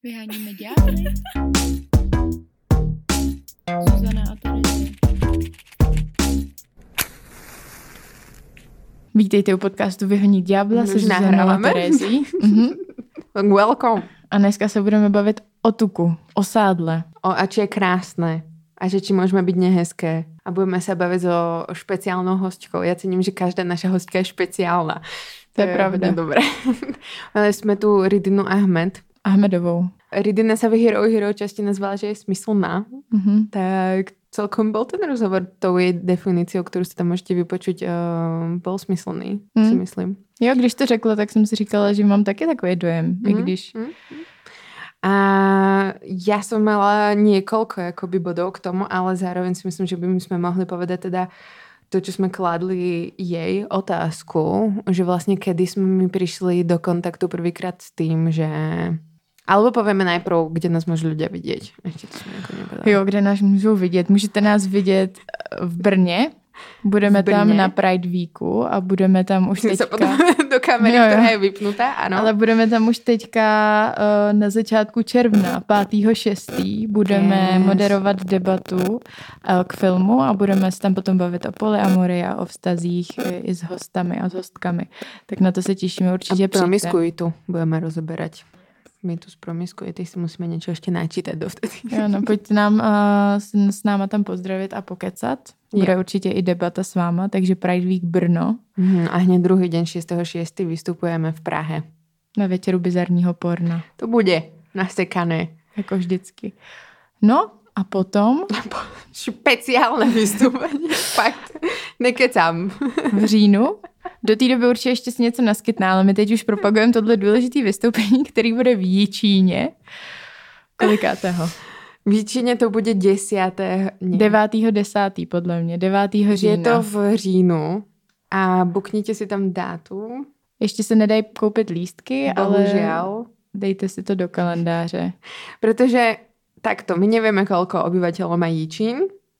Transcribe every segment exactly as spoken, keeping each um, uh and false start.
Vyháníme ďábly. Zuzana a Terezie. Vítejte u podcastu Vyhonit ďábla se Zuzanou a Terezí. Mm-hmm. Welcome. A dneska se budeme bavit o tuku, o sádle. O a či je krásné. A že či môžeme byť nehezké. A budeme sa baviť so špeciálnou hostkou. Ja cením, že každá naša hostka je špeciálna. To je pravda. Dobre. Ale sme tu Ridinu Ahmed. Ahmedovou. Ridina sa v Hero Hero časti nazvala, že je smyslná. Mm-hmm. Tak celkom bol ten rozhovor tou jej definíciou, ktorú si tam môžete vypočuť, uh, bol smyslný, mm. si myslím. Jo, když to řekla, tak jsem si říkala, že mám taky takový dojem, mm. i když... Mm. A ja som mala niekoľko akoby bodov k tomu, ale zároveň si myslím, že by sme mohli povedať teda to, čo sme kladli jej otázku, že vlastne kedy sme mi prišli do kontaktu prvýkrát s tým, že... Alebo povieme najprv, kde nás môžu ľudia vidieť. Ešte to sme ako nepovedali. Jo, kde nás môžu vidět. Můžete nás vidět v Brně. Budeme v Brně. Tam na Pride Weeku a budeme tam už teďka... do kamery, jo, jo. Která je vypnutá, ano. Ale budeme tam už teďka uh, na začátku června, pátého šestého Budeme yes. moderovat debatu uh, k filmu a budeme se tam potom bavit o polyamorii a o vztazích i s hostami a s hostkami. Tak na to se těšíme určitě. A promiskuitu budeme rozoberať. My tu z promiskuity si musíme niečo ešte načítať dovtedy. Jo, no pojďte nám uh, s, s náma tam pozdravit a pokecat. Bude určitě i debata s váma, takže Pride Week Brno. Mm, a hneď druhý deň šiesteho šiesteho vystupujeme v Prahe. Na večeru bizarního porna. To bude nasekané. Jako vždycky. No a potom... Špeciálne vystúpenie. Fakt. Nekecám. V říjnu. Do té doby určitě ještě si něco naskytná, ale my teď už propagujeme tohle důležité vystoupení, který bude v Jičíně. Kolikátého? V Jičíně to bude desiatého devátého desátého podle mě. devátého října. Je to v říjnu a buknite si tam dátum. Ještě se nedají koupit lístky, Bohužiaľ. Ale dejte si to do kalendáře. Protože takto, my nevieme, koľko obyvateľov má Jičín.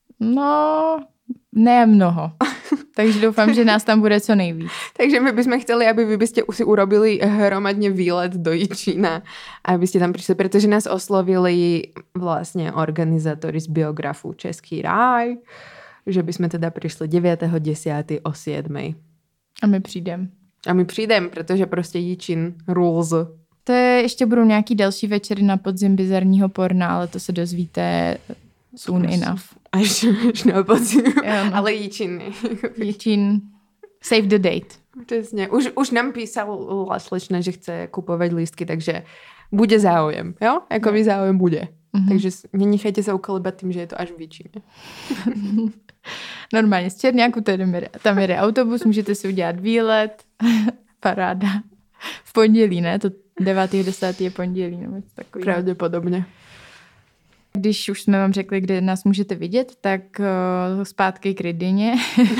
No, ne mnoho. Takže doufám, že nás tam bude co nejvíc. Takže my bychom chceli, aby vy byste si urobili hromadně výlet do Jičína, aby ste tam prišli, pretože nás oslovili vlastne organizátori z biografu Český ráj, že by sme teda prišli deviateho desátého o siedmej. A my přijdem. A my přijdem, protože prostě Jičín rules. To je, ještě budou nějaký další večery na podzim bizarního porna, ale to se dozvíte soon enough. Až, až na podzim. Ja, no. Ale Jičín. Jičín. Save the date. Přesně. Už, už nám písala slečna, že chce kupovat lístky, takže bude záujem. Jo? Jako by záujem bude. Mm-hmm. Takže nenechajte se ukolibat tím, že je to až v Jičíně. Normálně z Čerňáku tam jede autobus, můžete si udělat výlet. Paráda. V pondělí, ne? To devátého desátého je pondělí. Nebo takový. Pravděpodobně. Když už jsme vám řekli, kde nás můžete vidět, tak uh, zpátky k Ridině.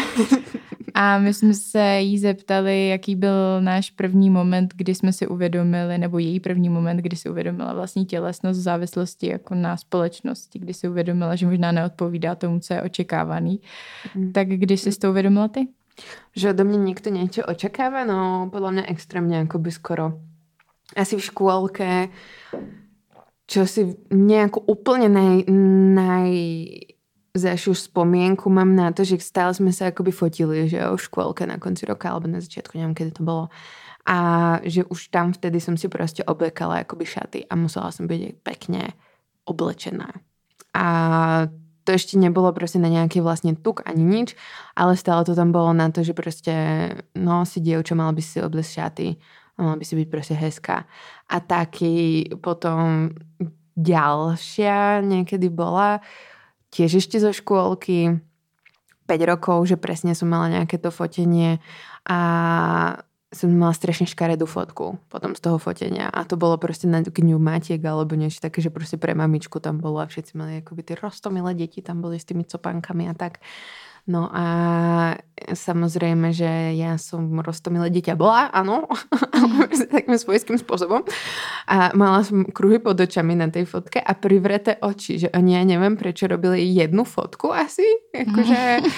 A my jsme se jí zeptali, jaký byl náš první moment, kdy jsme si uvědomili, nebo její první moment, kdy si uvědomila vlastní tělesnost v závislosti jako na společnosti, kdy si uvědomila, že možná neodpovídá tomu, co je očekávaný. Hmm. Tak když jsi to uvědomila ty? Že ode mňa niekto niečo očakáva? No podľa mňa extrémne akoby skoro. Asi v škôlke, čo si nejakú úplne naj, najzašiu spomienku mám na to, že stále sme sa akoby fotili, že v škôlke na konci roka alebo na začiatku, neviem, kedy to bolo. A že už tam vtedy som si proste oblekala akoby šaty a musela som byť pekne oblečená. A to ešte nebolo proste na nejaký vlastne tuk ani nič, ale stále to tam bolo na to, že proste no si dievča, mala by si obliecť šaty a mala by si byť proste hezká. A taký potom ďalšia niekedy bola tiež ešte zo škôlky päť rokov, že presne som mala nejaké to fotenie a som mala strašne škaredú fotku potom z toho fotenia a to bolo proste na Dňu matiek alebo niečo také, že proste pre mamičku tam bolo a všetci mali akoby tie roztomilé deti tam boli s tými copánkami a tak. No a samozrejme, že ja som roztomilé dieťa bola, áno, takým svojským spôsobom a mala som kruhy pod očami na tej fotke a privreté oči, že oni, ja neviem prečo robili jednu fotku asi, akože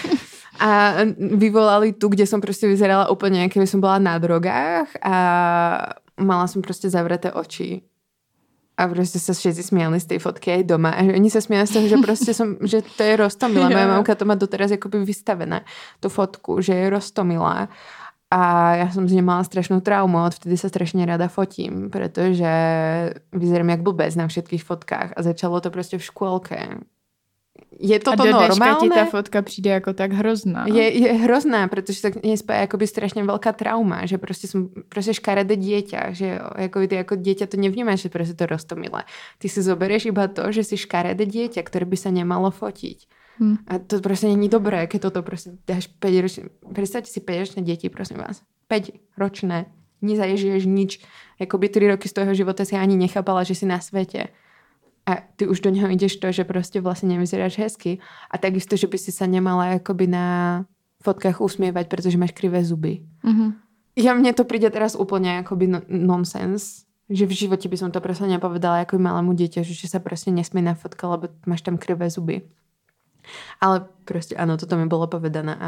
a vyvolali tu, kde som proste vyzerala úplne, keby som bola na drogách a mala som proste zavreté oči. A prostě sa všetci smiali z tej fotky aj doma. A oni sa smiali z toho, že proste som, že to je roztomilá. Moja mamka to má doteraz akoby vystavené, tú fotku, že je roztomilá. A ja som z nej mala strašnú traumu, odvtedy sa strašne rada fotím, pretože vyzerám jak blbec na všetkých fotkách a začalo to proste v škôlke. Je toto a do normálne? ti ta fotka přijde jako tak hrozná. Je, je hrozná, protože sa k nej spája akoby strašne veľká trauma, že proste som proste škaredé dieťa, že akoby ty ako dieťa to nevnímaš, že proste to roztomilé. Ty si zoberieš iba to, že si škaredé dieťa, ktoré by sa nemalo fotiť. Hmm. A to proste není dobré, keď toto proste dáš päť ročné. Predstavte si päťročné deti, prosím vás. päť ročné. Nezažiješ nič. Akoby tri roky z toho života si ani nechápala, že si na svete. A ty už do neho ideš to, že proste vlastne nevyzeráš hezky. A takisto, že by si sa nemala akoby na fotkách usmievať, pretože máš krivé zuby. Mm-hmm. Ja mne to príde teraz úplne akoby no- nonsens. Že v živote by som to proste nepovedala ako malému dieťaťu, že sa proste nesmie na fotka, lebo máš tam krivé zuby. Ale proste áno, toto mi bolo povedané a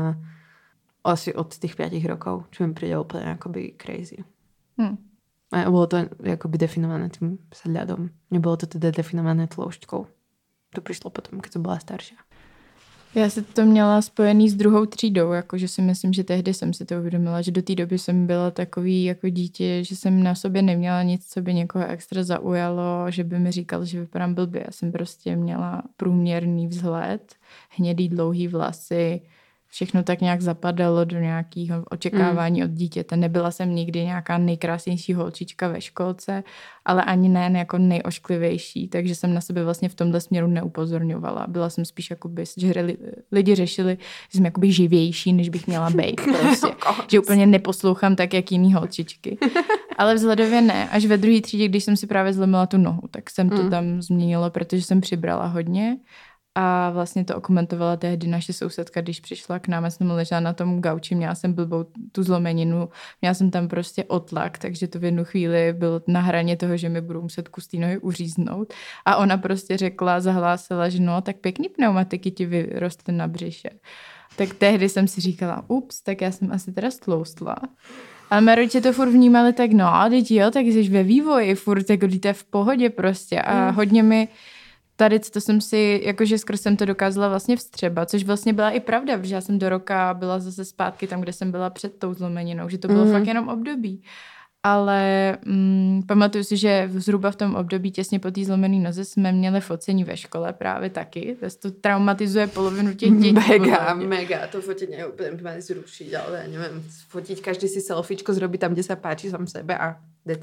asi od tých piatich rokov, čo mi príde úplne akoby crazy. Hm. A bolo to akoby definované tým sadľadom. Nebolo to teda definované tloušťkou. To přišlo potom, keď som bola staršia. Já si to měla spojený s druhou třídou, jakože si myslím, že tehdy jsem si to uvědomila, že do té doby jsem byla takový jako dítě, že jsem na sobě neměla nic, co by někoho extra zaujalo, že by mi říkal, že vypadám blbě. Já jsem prostě měla průměrný vzhled, hnědý dlouhý vlasy, všechno tak nějak zapadalo do nějakého očekávání mm. od dítěte. Nebyla jsem nikdy nějaká nejkrásnější holčička ve školce, ale ani ne jako nejošklivější, takže jsem na sebe vlastně v tomhle směru neupozorňovala. Byla jsem spíš jakoby, že lidi řešili, že jsem jakoby živější, než bych měla být. Prostě. Že úplně neposlouchám tak, jak jiný holčičky. Ale vzhledově ne. Až ve druhé třídě, když jsem si právě zlomila tu nohu, tak jsem to mm. tam změnila, protože jsem přibrala hodně. A vlastně to okomentovala tehdy naše sousedka, když přišla k nám, já jsem ležela na tom gauči, měla jsem blbou tu zlomeninu, měla jsem tam prostě otlak, takže to v jednu chvíli bylo na hraně toho, že mi budou muset kus té nohy uříznout. A ona prostě řekla, zahlásila, že no, tak pěkný pneumatiky ti vyrostly na břiše. Tak tehdy jsem si říkala, ups, tak já jsem asi teda stloustla. Ale mé rodiče to furt vnímali tak, no, teď jo, tak jsi ve vývoji, furt jako to je v pohodě prostě. A mm. hodně mi tady to jsem si, jakože skoro jsem to dokázala vlastně vstřebat, což vlastně byla i pravda, protože já jsem do roka byla zase zpátky tam, kde jsem byla před tou zlomeninou, že to bylo mm. fakt jenom období. Ale mm, pamatuju si, že zhruba v tom období těsně po té zlomené noze jsme měli focení ve škole právě taky. To traumatizuje polovinu těch dětí. Mega, mega. To fotení je úplně mali zrušiť, ale ja neviem, fotiť, každý si selfiečko zrobí tam, kde sa páči sám sebe a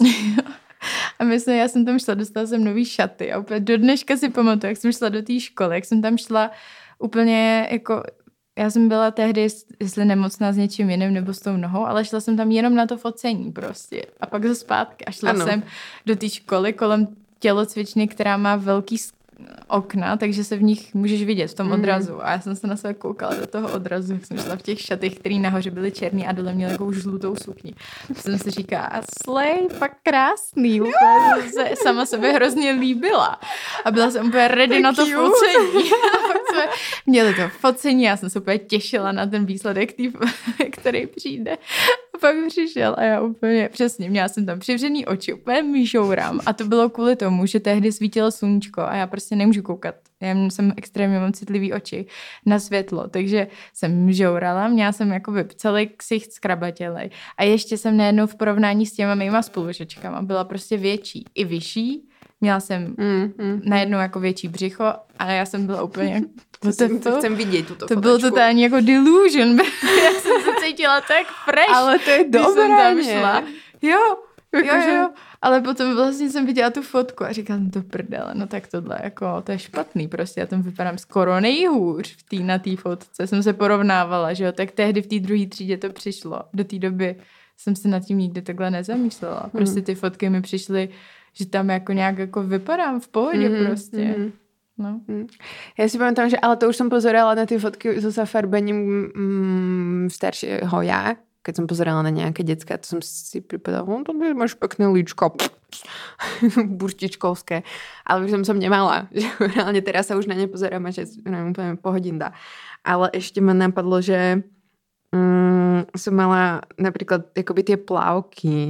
A myslím, já jsem tam šla, dostala jsem nový šaty a úplně do dneška si pamatuju, jak jsem šla do té školy, jak jsem tam šla úplně jako, já jsem byla tehdy, jestli nemocná s něčím jiným nebo s tou nohou, ale šla jsem tam jenom na to focení prostě. A pak ze zpátky a šla ano. jsem do té školy kolem tělocvičny, která má velký okna, takže se v nich můžeš vidět v tom mm. odrazu. A já jsem se na sebe koukala do toho odrazu, jak jsem šla v těch šatech, které nahoře byly černý a dole měly takovou žlutou sukni. A jsem si říkala, slej, fakt krásný. Úplně se sama sebe hrozně líbila. A byla jsem úplně ready na to focení. jsme měli to focení, já jsem se úplně těšila na ten výsledek, tý, který přijde. A pak přišel a já úplně, přesně, měla jsem tam přivřený oči, úplně myžourám. A to bylo kvůli tomu, že tehdy svítilo sluníčko a já prostě nemůžu koukat. Já jsem extrémně mám citlivý oči na světlo, takže jsem žourala, měla jsem jakoby celý ksicht zkrabatělej. A ještě jsem najednou v porovnání s těma mýma spolužečkama byla prostě větší i vyšší. Měla jsem mm, mm, najednou jako větší břicho a já jsem byla úplně... To, to, to chcem vidět tuto To fotečku. bylo totální jako delusion. Já jsem se cítila tak fresh. Ale to je dobré, jsem tam šla. Jo, jo, jo. Ale potom vlastně jsem viděla tu fotku a říkala jsem to prdele, no tak tohle jako, to je špatný prostě, já tam vypadám skoro nejhůř v tý, na té fotce. Jsem se porovnávala, že jo, tak tehdy v té druhé třídě to přišlo. Do té doby jsem se nad tím nikdy takhle nezamýšlela. Prostě ty fotky mi přišly, že tam jako nějak jako vypadám v pohodě mm-hmm, prostě. Mm-hmm. No. Ja si pamätám, že ale to už som pozerala na tie fotky so zafarbením mm, staršieho ja, keď som pozerala na nejaké decka, to som si pripadala, no to máš pekné líčko, burštičkovské, ale už som som nemala, že reálne teraz sa už na ne pozerám a že neviem, úplne pohodinda. Ale ešte ma napadlo, že mm, som mala napríklad akoby tie plávky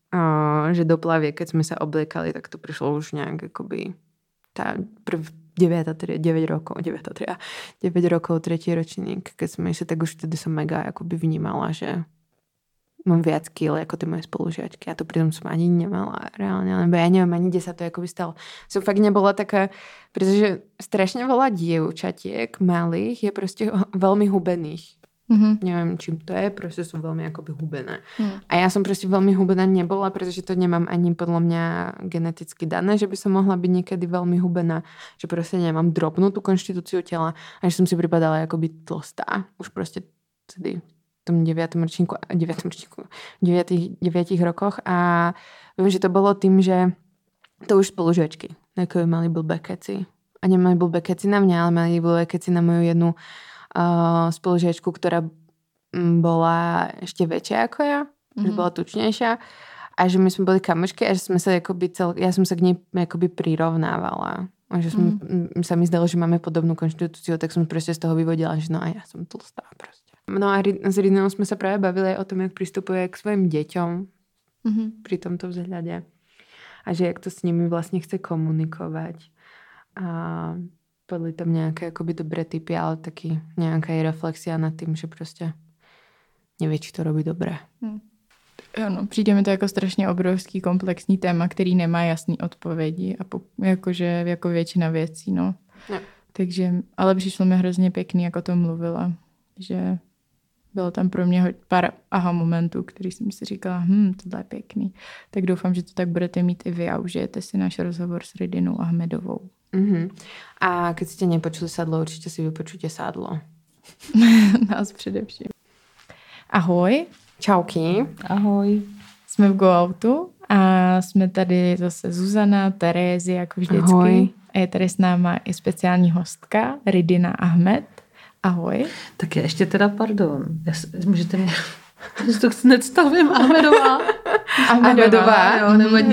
uh, že do plavie, keď sme sa obliekali, tak to prišlo už nejak akoby tá prv deväť rokov, deväť rokov, tretí ročník, keď sme išli, tak už vtedy som mega akoby vnímala, že mám viac kýl ako tie moje spolužiačky. A to pritom som ani nemala reálne, lebo ja neviem ani, kde sa to akoby stalo. Som fakt nebola taká, pretože strašne veľa dievčatiek malých je proste veľmi hubených. Mm-hmm. Neviem, čím to je, proste sú veľmi akoby hubené. Mm. A ja som proste veľmi hubená nebola, pretože to nemám ani podľa mňa geneticky dané, že by som mohla byť niekedy veľmi hubená, že proste nemám drobnú tú konštitúciu tela a že som si pripadala akoby tlstá. Už proste tedy v tom deviatom ročníku, deviatom ročníku, deviatich, deviatich rokoch a viem, že to bolo tým, že to už spolužiačky, ako mali blbé keci. A nemali blbé keci na mňa, ale mali blbé keci na moju jednu Uh, spolužiačku, ktorá m, bola ešte väčšia ako ja, mm-hmm. že bola tučnejšia a že my sme boli kamošky a že sme sa akoby cel, ja som sa k nej akoby prirovnávala a že som, mm-hmm. m, sa mi zdalo, že máme podobnú konštitúciu, tak som proste z toho vyvodila, že no a ja som tlstá proste. No a s Ridinou sme sa práve bavili aj o tom, jak pristupuje k svojim deťom mm-hmm. pri tomto vzhľade a že jak to s nimi vlastne chce komunikovať a podli tam nejaké akoby dobré tipy, ale taky nejaká je reflexia nad tým, že prostě neví, či to robí dobré. Hmm. Ano, přijde mi to jako strašně obrovský komplexní téma, který nemá jasný odpovědi a po, jakože jako většina věcí, no. no. Takže, ale přišlo mi hrozně pěkný, jako to mluvila, že bylo tam pro mě pár aha momentů, který jsem si říkala, hm, tohle je pěkný. Tak doufám, že to tak budete mít i vy a užijete si náš rozhovor s Ridinou Ahmedovou. Mm-hmm. A keď ste nepočuli Sadlo, určite si vypočujte Sadlo. Nás především. Ahoj. Čauky. Ahoj. Jsme v GoOutu a jsme tady zase Zuzana, Terézy, jako vždycky. Ahoj. A je tady s náma i speciální hostka Ridina Ahmed. Ahoj. Tak já ještě teda, pardon, já, můžete mě... Já si to nedstavím, Ahmedová. Ahmedová. Jo, nevadí.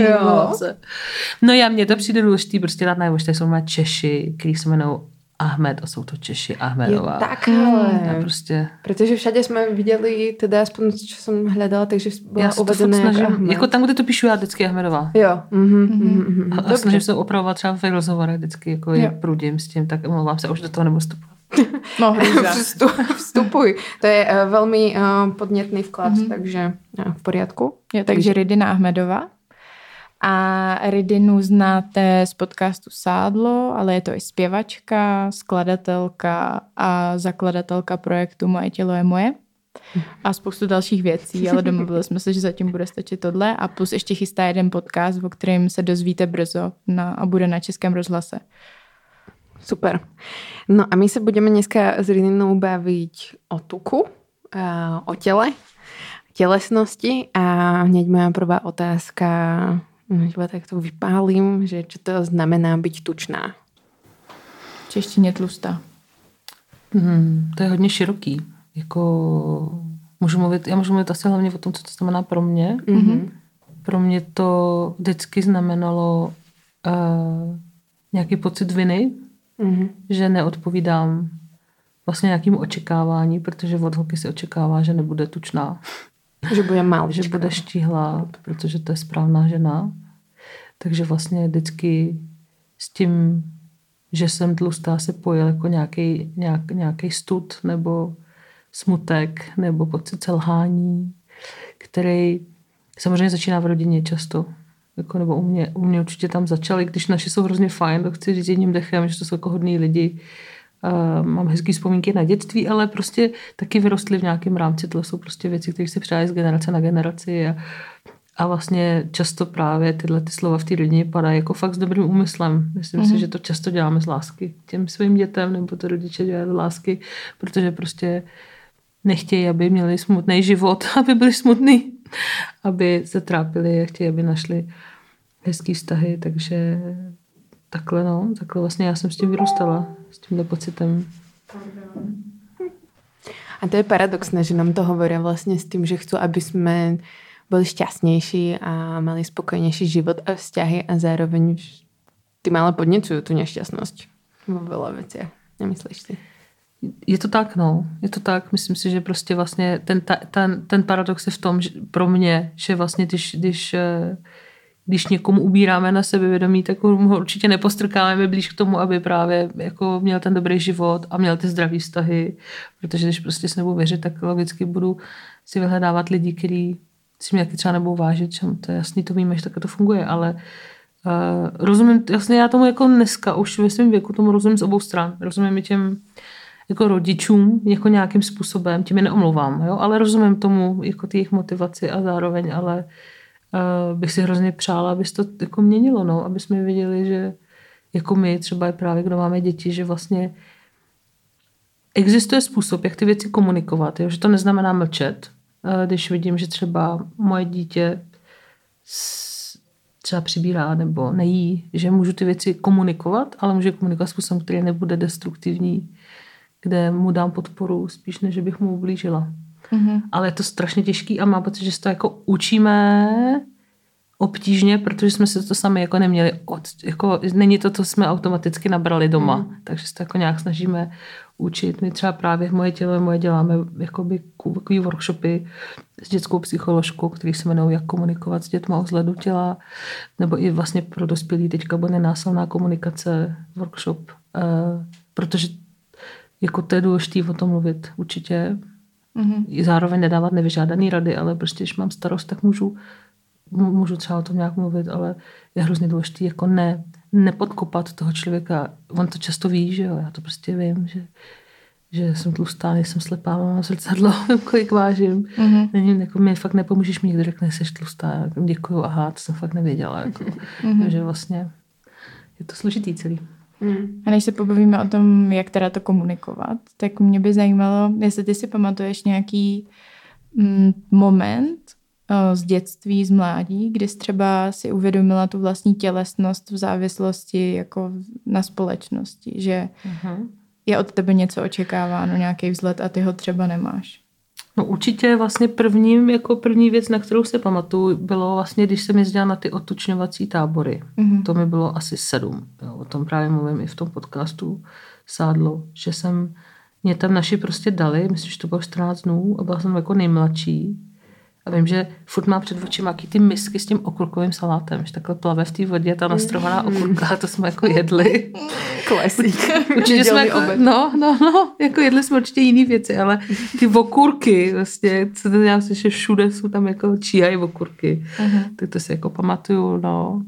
No já, mně to přijde důležitý, prostě dát najevo, že tady jsou Češi, který se jmenují Ahmed a jsou to Češi, Ahmedová. Je takhle. Já prostě... Protože všade jsme viděli, teda aspoň, co jsem hledala, takže byla uvedená jako Ahmed. Jako tam, kde to píšu já, vždycky Ahmedová. Jo. Mm-hmm, mm-hmm. A, a snažím se opravovat třeba v rozhovorech, vždycky jako je prudím s tím, tak mluvám se, už do toho nebudu vstupovat. No, vstupuj. To je uh, velmi uh, podnětný vklad, mm-hmm. takže uh, v poriadku. Je, takže Ridina Ahmedová. A Ridinu znáte z podcastu Sádlo, ale je to i zpěvačka, skladatelka a zakladatelka projektu Moje tělo je moje. A spoustu dalších věcí, ale domluvili jsme se, že zatím bude stačit tohle. A plus ještě chystá jeden podcast, o kterém se dozvíte brzo na, a bude na Českém rozhlase. Super. No a my sa budeme dneska s Ridinou baviť o tuku, o tele, telesnosti a hneď moja prvá otázka, iba tak to vypálím, že čo to znamená byť tučná? Češtině tlustá. Hmm, to je hodně široký. Jako můžu mluvit, já můžu mluvit asi hlavně o tom, co to znamená pro mě. Mm-hmm. Pro mě to vždycky znamenalo uh, nějaký pocit viny, mm-hmm. že neodpovídám vlastně nějakým očekávání, protože od holky se očekává, že nebude tučná. Že bude malička. Že bude štíhlá, protože to je správná žena. Takže vlastně vždycky s tím, že jsem tlustá, se pojil jako nějaký, nějak, nějaký stud nebo smutek nebo pocit selhání, který samozřejmě začíná v rodině často. Jako, nebo u mě, u mě určitě tam začaly, když naši jsou hrozně fajn, to chci říct jedním dechem, že to jsou jako hodný lidi. Uh, mám hezký vzpomínky na dětství, ale prostě taky vyrostly v nějakém rámci. To jsou prostě věci, které se předávají z generace na generaci a, a vlastně často právě tyhle ty slova v té rodině padají jako fakt s dobrým úmyslem. Myslím mm-hmm. si, že to často děláme z lásky těm svým dětem, nebo to rodiče dělají z lásky, protože prostě nechtějí, aby měli smutný život, aby byli smutný, aby se trápili a chtějí, aby našli hezký vztahy, takže takhle no, takhle vlastně já jsem s tím vyrůstala, s tímhle pocitem. A to je paradoxné, že nám to hovoria vlastne s tým, že chcú, aby sme boli šťastnejší a mali spokojnejší život a vzťahy a zároveň tým ale podnecujú tú nešťastnosť vo veľa veciach. Nemyslíš si? Je to tak, no. Je to tak. Myslím si, že prostě vlastně ten, ten, ten paradox je v tom, že pro mě, že vlastně když, když, když někomu ubíráme na sebevědomí, tak ho určitě nepostrkáme blíž k tomu, aby právě jako měl ten dobrý život a měl ty zdravý vztahy. Protože když prostě se nebudu věřit, tak logicky budu si vyhledávat lidi, kteří si mě taky třeba nebudou vážit. Že to je jasný, to víme, že takhle to funguje, ale uh, rozumím, jasně já tomu jako dneska už ve svém věku tomu rozumím z obou stran. Rozumím i těm jako rodičům jako nějakým způsobem, tím je neomlouvám, jo? Ale rozumím tomu jako ty jejich motivaci a zároveň, ale uh, bych si hrozně přála, aby se to jako měnilo, no? Aby jsme viděli, že jako my třeba je právě, kdo máme děti, že vlastně existuje způsob, jak ty věci komunikovat, jo? Že to neznamená mlčet. Uh, když vidím, že třeba moje dítě třeba přibírá nebo nejí, že můžu ty věci komunikovat, ale můžu komunikovat způsobem, který nebude destruktivní, kde mu dám podporu spíš, než bych mu ublížila. Mm-hmm. Ale je to strašně těžký a mám pocit, že se to jako učíme obtížně, protože jsme se to sami jako neměli od, jako není to, co jsme automaticky nabrali doma, mm. takže se to jako nějak snažíme učit. My třeba právě v Moje tělo moje děláme jakoby takový workshopy s dětskou psycholožkou, který se jmenují Jak komunikovat s dětma o vzhledu těla, nebo i vlastně pro dospělí teďka bude nenásilná komunikace workshop, uh, protože jako to je důležité o tom mluvit určitě. Mm-hmm. I zároveň nedávat nevyžádaný rady, ale prostě, když mám starost, tak můžu, můžu třeba o tom nějak mluvit, ale je hrozně důležité jako ne, nepodkopat toho člověka. On to často ví, že jo, já to prostě vím, že, že jsem tlustá, nejsem slepá, mám zrcadlo, kolik vážím. Mm-hmm. Není, jako mi fakt nepomůžeš, mi někdo řekne, jsi tlustá, jako, děkuju, aha, to jsem fakt nevěděla. Jako, mm-hmm. Takže vlastně je to složitý celý. Hmm. A než se pobavíme o tom, jak teda to komunikovat, tak mě by zajímalo, jestli ty si pamatuješ nějaký mm, moment o, z dětství, z mládí, kdy jsi třeba si uvědomila tu vlastní tělesnost v závislosti jako na společnosti, že uh-huh. je od tebe něco očekáváno, nějaký vzhled a ty ho třeba nemáš. No určitě vlastně prvním, jako první věc, na kterou se pamatuju, bylo vlastně, když jsem jezdila na ty otučňovací tábory. Mm-hmm. To mi bylo asi sedm. Jo, o tom právě mluvím i v tom podcastu Sádlo, že jsem, mě tam naši prostě dali, myslím, že to bylo čtrnáct dnů a byla jsem jako nejmladší. A vím, že furt má před očima jaký ty misky s tím okurkovým salátem, že takhle plave v té vodě ta nastrohaná okurka, to jsme jako jedli. Klasik. Určitě jsme jako, no, no, no, jako jedli jsme určitě jiný věci, ale ty okurky, vlastně, co to já myslím, že všude jsou tam jako číhají okurky. Uh-huh. Tak to si jako pamatuju, no.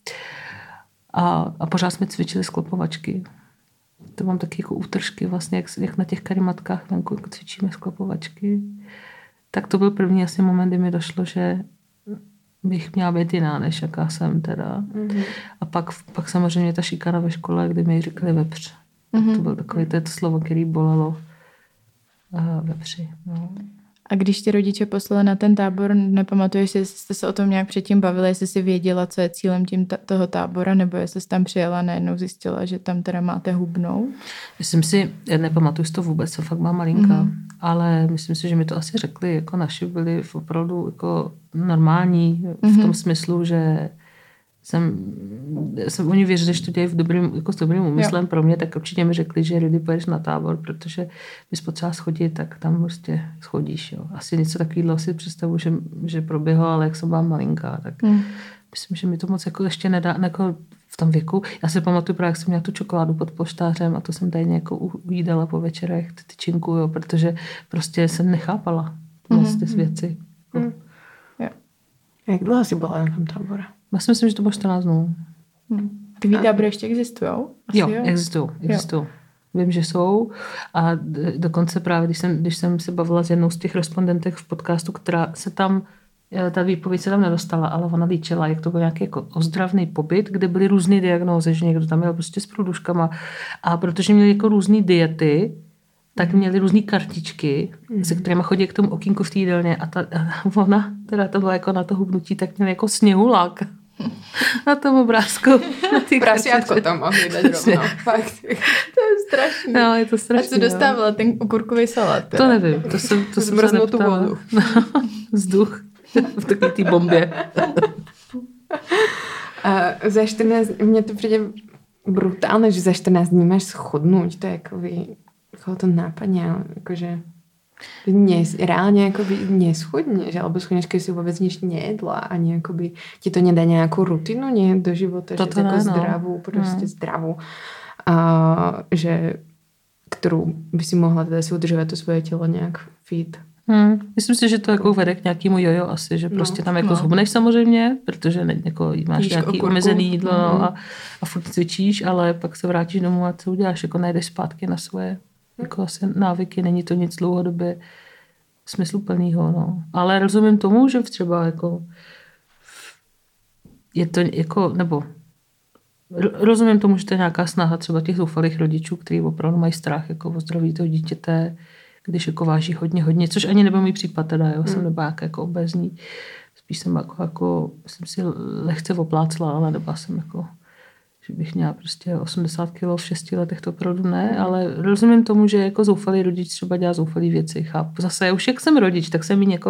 A, a pořád jsme cvičili sklopovačky. To mám taky jako útržky, vlastně, jak, jak na těch karimatkách venku jako cvičíme sklopovačky. Tak to byl první asi moment, kdy mi došlo, že bych měla být jiná, než jaká jsem teda. Mm-hmm. A pak, pak samozřejmě ta šikana ve škole, kdy mi říkali vepř. Mm-hmm. To bylo takové to, to slovo, který bolelo. A vepři. No. A když ti rodiče poslali na ten tábor, nepamatuješ, jestli jste se o tom nějak předtím bavili, jestli jsi věděla, co je cílem tím ta- toho tábora, nebo jestli jsi tam přijela a najednou zjistila, že tam teda máte hubnou? Myslím si, nepamatuju si to vůbec, co fakt má malinka, mm-hmm. ale myslím si, že mi to asi řekli, jako naši byli opravdu jako normální mm-hmm. v tom smyslu, že jsem, jsem oni věřili, že to dělají v dobrým, jako s dobrým úmyslem jo. Pro mě, tak určitě mi řekli, že Rudy, pojedeš na tábor, protože bys potřeba schodit, tak tam prostě schodíš. Jo. Asi něco takového si představu, že, že proběhlo, ale jak jsem byla malinká, tak hmm. myslím, že mi to moc jako ještě nedá, jako v tom věku. Já si pamatuju právě, jak jsem měla tu čokoládu pod poštářem a to jsem tady jako ujídala po večerech, ty tyčinku, jo, protože prostě jsem nechápala hmm. ty věci. Hmm. Jo. Jak dlouho jsi byla na tom tábore? Já si myslím, že to bylo čtrnáct dnů. Hmm. Ty tábory ještě existujou? Jo, jo, existují. existují. Vím, že jsou. A dokonce právě, když jsem, když jsem se bavila s jednou z těch respondentek v podcastu, která se tam, ta výpověď se tam nedostala, ale ona líčila, jak to byl nějaký jako ozdravný pobyt, kde byly různé diagnózy, že někdo tam měl prostě s průduškama. A protože měli jako různé diety, tak měli různý kartičky, mm. se kterými chodí k tomu okýnku v té jídelně a ta, a ona, teda to byla jako na to hubnutí, tak měla jako sněhulák na tom obrázku. Prasiátko tam mohli dát rovno. Fakt. To je strašný. No, je to strašný. A co dostávala ten okurkový salát? Teda? To nevím, to jsem, to jsem se neptala. Tu vodu. No, vzduch v takové té bombě. A za čtrnáct, mně to přijde brutálne, že za čtrnáct dní máš schudnúť, to je jakoby koho to nápadne, akože Nes, reálne akoby neschudneš, alebo schudneš, keď si vôbec nič nejedla, ani akoby ti to nedá nejakú rutinu nie, do života, Toto že takú ne, no. zdravú, proste hmm. zdravú, a, že, ktorú by si mohla teda si udržovať to svoje telo nejak fit. Hmm. Myslím si, že to jako vede k nějakému jojo asi, že prostě no, tam jako no. zhubneš samozřejmě, protože ne, jako máš Jíš nějaký okurku. Omezený jídlo mm. no, a, a furt cvičíš, ale pak se vrátíš domů a co uděláš, jako najdeš zpátky na svoje jako asi návyky, není to nic dlouhodobě smysluplného, no. Ale rozumím tomu, že třeba jako je to jako, nebo rozumím tomu, že to je nějaká snaha třeba těch zoufalých rodičů, kteří opravdu mají strach jako o zdraví toho dítěte, když jako váží hodně, hodně, což ani nebyl můj případ teda, jo, mm. jsem nebyla jako obézní, spíš jsem jako, jako jsem si lehce oplácla, ale nebyla jsem jako, že bych měla prostě osmdesát kilo v šesti letech, to opravdu ne, mm. ale rozumím tomu, že jako zoufalý rodič třeba dělá zoufalý věci, chápu. Zase už jak jsem rodič, tak jsem míň jako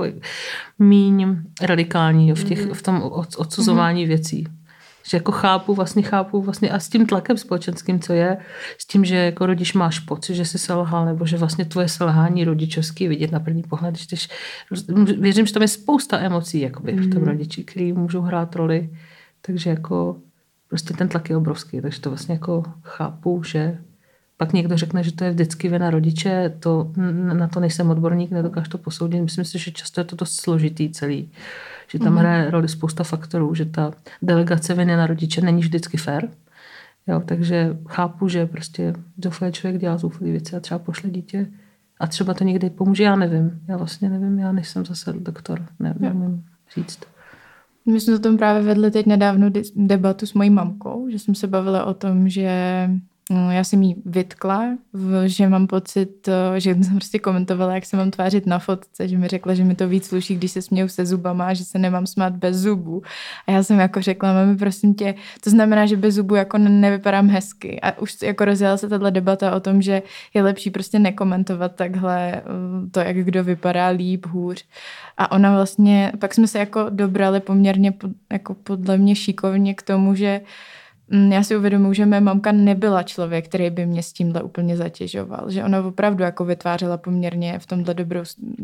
míň radikální, jo, v, těch, mm. v tom odsuzování mm. věcí. Že jako chápu, vlastně chápu vlastně a s tím tlakem společenským, co je, s tím, že jako rodič máš pocit, že jsi selhal, nebo že vlastně tvoje selhání rodičovský vidět na první pohled, když tyž, věřím, že tam je spousta emocí jakoby, mm. v tom rodiči, který můžou hrát roli, takže jako prostě ten tlak je obrovský, takže to vlastně jako chápu, že pak někdo řekne, že to je vždycky vina rodiče, to, na to nejsem odborník, nedokážu to posoudit, myslím si, že často je to dost složitý celý, že tam mm. hraje roli spousta faktorů, že ta delegace viny na rodiče není vždycky fair, jo, takže chápu, že prostě zoufalý člověk dělá zoufalý věci a třeba pošle dítě a třeba to někdy pomůže, já nevím, já vlastně nevím, já nejsem zase doktor, nevím říct. My jsme o tom právě vedli teď nedávno debatu s mojí mamkou, že jsme se bavili o tom, že no, já jsem jí vytkla, že mám pocit, že jsem prostě komentovala, jak se mám tvářit na fotce, že mi řekla, že mi to víc sluší, když se směju se zubama, že se nemám smát bez zubů. A já jsem jako řekla, mami, prosím tě, to znamená, že bez zubů jako nevypadám hezky. A už jako rozjela se tato debata o tom, že je lepší prostě nekomentovat takhle to, jak kdo vypadá líp, hůř. A ona vlastně, pak jsme se jako dobrali poměrně jako podle mě šikovně k tomu, že já si uvědomuji, že mé mamka nebyla člověk, který by mě s tímhle úplně zatěžoval. Že ona opravdu jako vytvářela poměrně v tomhle dobrou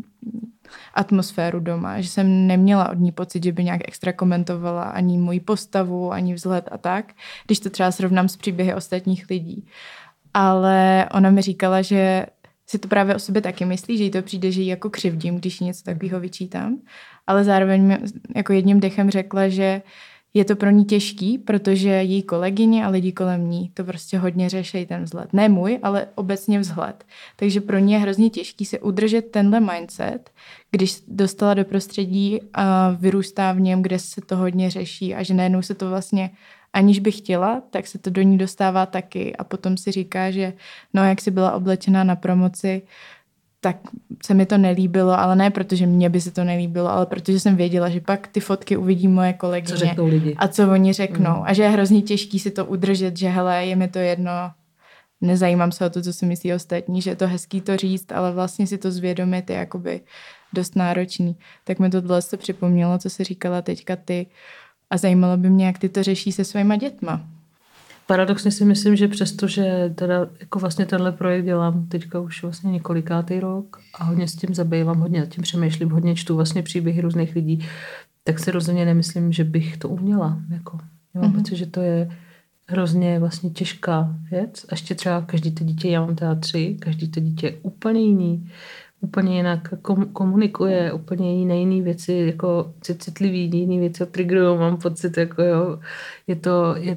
atmosféru doma. Že jsem neměla od ní pocit, že by nějak extra komentovala ani moji postavu, ani vzhled a tak, když to třeba srovnám s příběhy ostatních lidí. Ale ona mi říkala, že si to právě o sobě taky myslí, že jí to přijde, že jí jako křivdím, když jí něco takového vyčítám. Ale zároveň mi jako jedním dechem řekla, že je to pro ní těžký, protože její kolegyně a lidi kolem ní to prostě hodně řeší ten vzhled. Ne můj, ale obecně vzhled. Takže pro ní je hrozně těžký se udržet tenhle mindset, když dostala do prostředí a vyrůstá v něm, kde se to hodně řeší a že najednou se to vlastně, aniž by chtěla, tak se to do ní dostává taky a potom si říká, že no, jak si byla oblečená na promoci, tak se mi to nelíbilo, ale ne protože mě by se to nelíbilo, ale protože jsem věděla, že pak ty fotky uvidí moje kolegyně. Co řeknou lidi. A co oni řeknou. Mm. A že je hrozně těžký si to udržet, že hele, je mi to jedno, nezajímám se o to, co si myslí ostatní, že je to hezký to říct, ale vlastně si to zvědomit je jakoby dost náročný. Tak mi to tohle se připomnělo, co jsi říkala teďka ty a zajímalo by mě, jak ty to řeší se svýma dětma. Paradoxně si myslím, že přesto, že teda jako vlastně tenhle projekt dělám teďka už vlastně několikátý rok a hodně s tím zabývám, hodně nad tím přemýšlím, hodně čtu vlastně příběhy různých lidí, tak si rozhodně nemyslím, že bych to uměla. Jako. Já mám mm-hmm. pocit, že to je hrozně vlastně těžká věc. A ještě třeba každý to dítě, já mám teda tři, každý to dítě je úplně jiný, úplně jinak komunikuje, úplně jiné jiné věci, jako citlivý, jiné věci triggerujou, mám pocit, jako jo, je to, je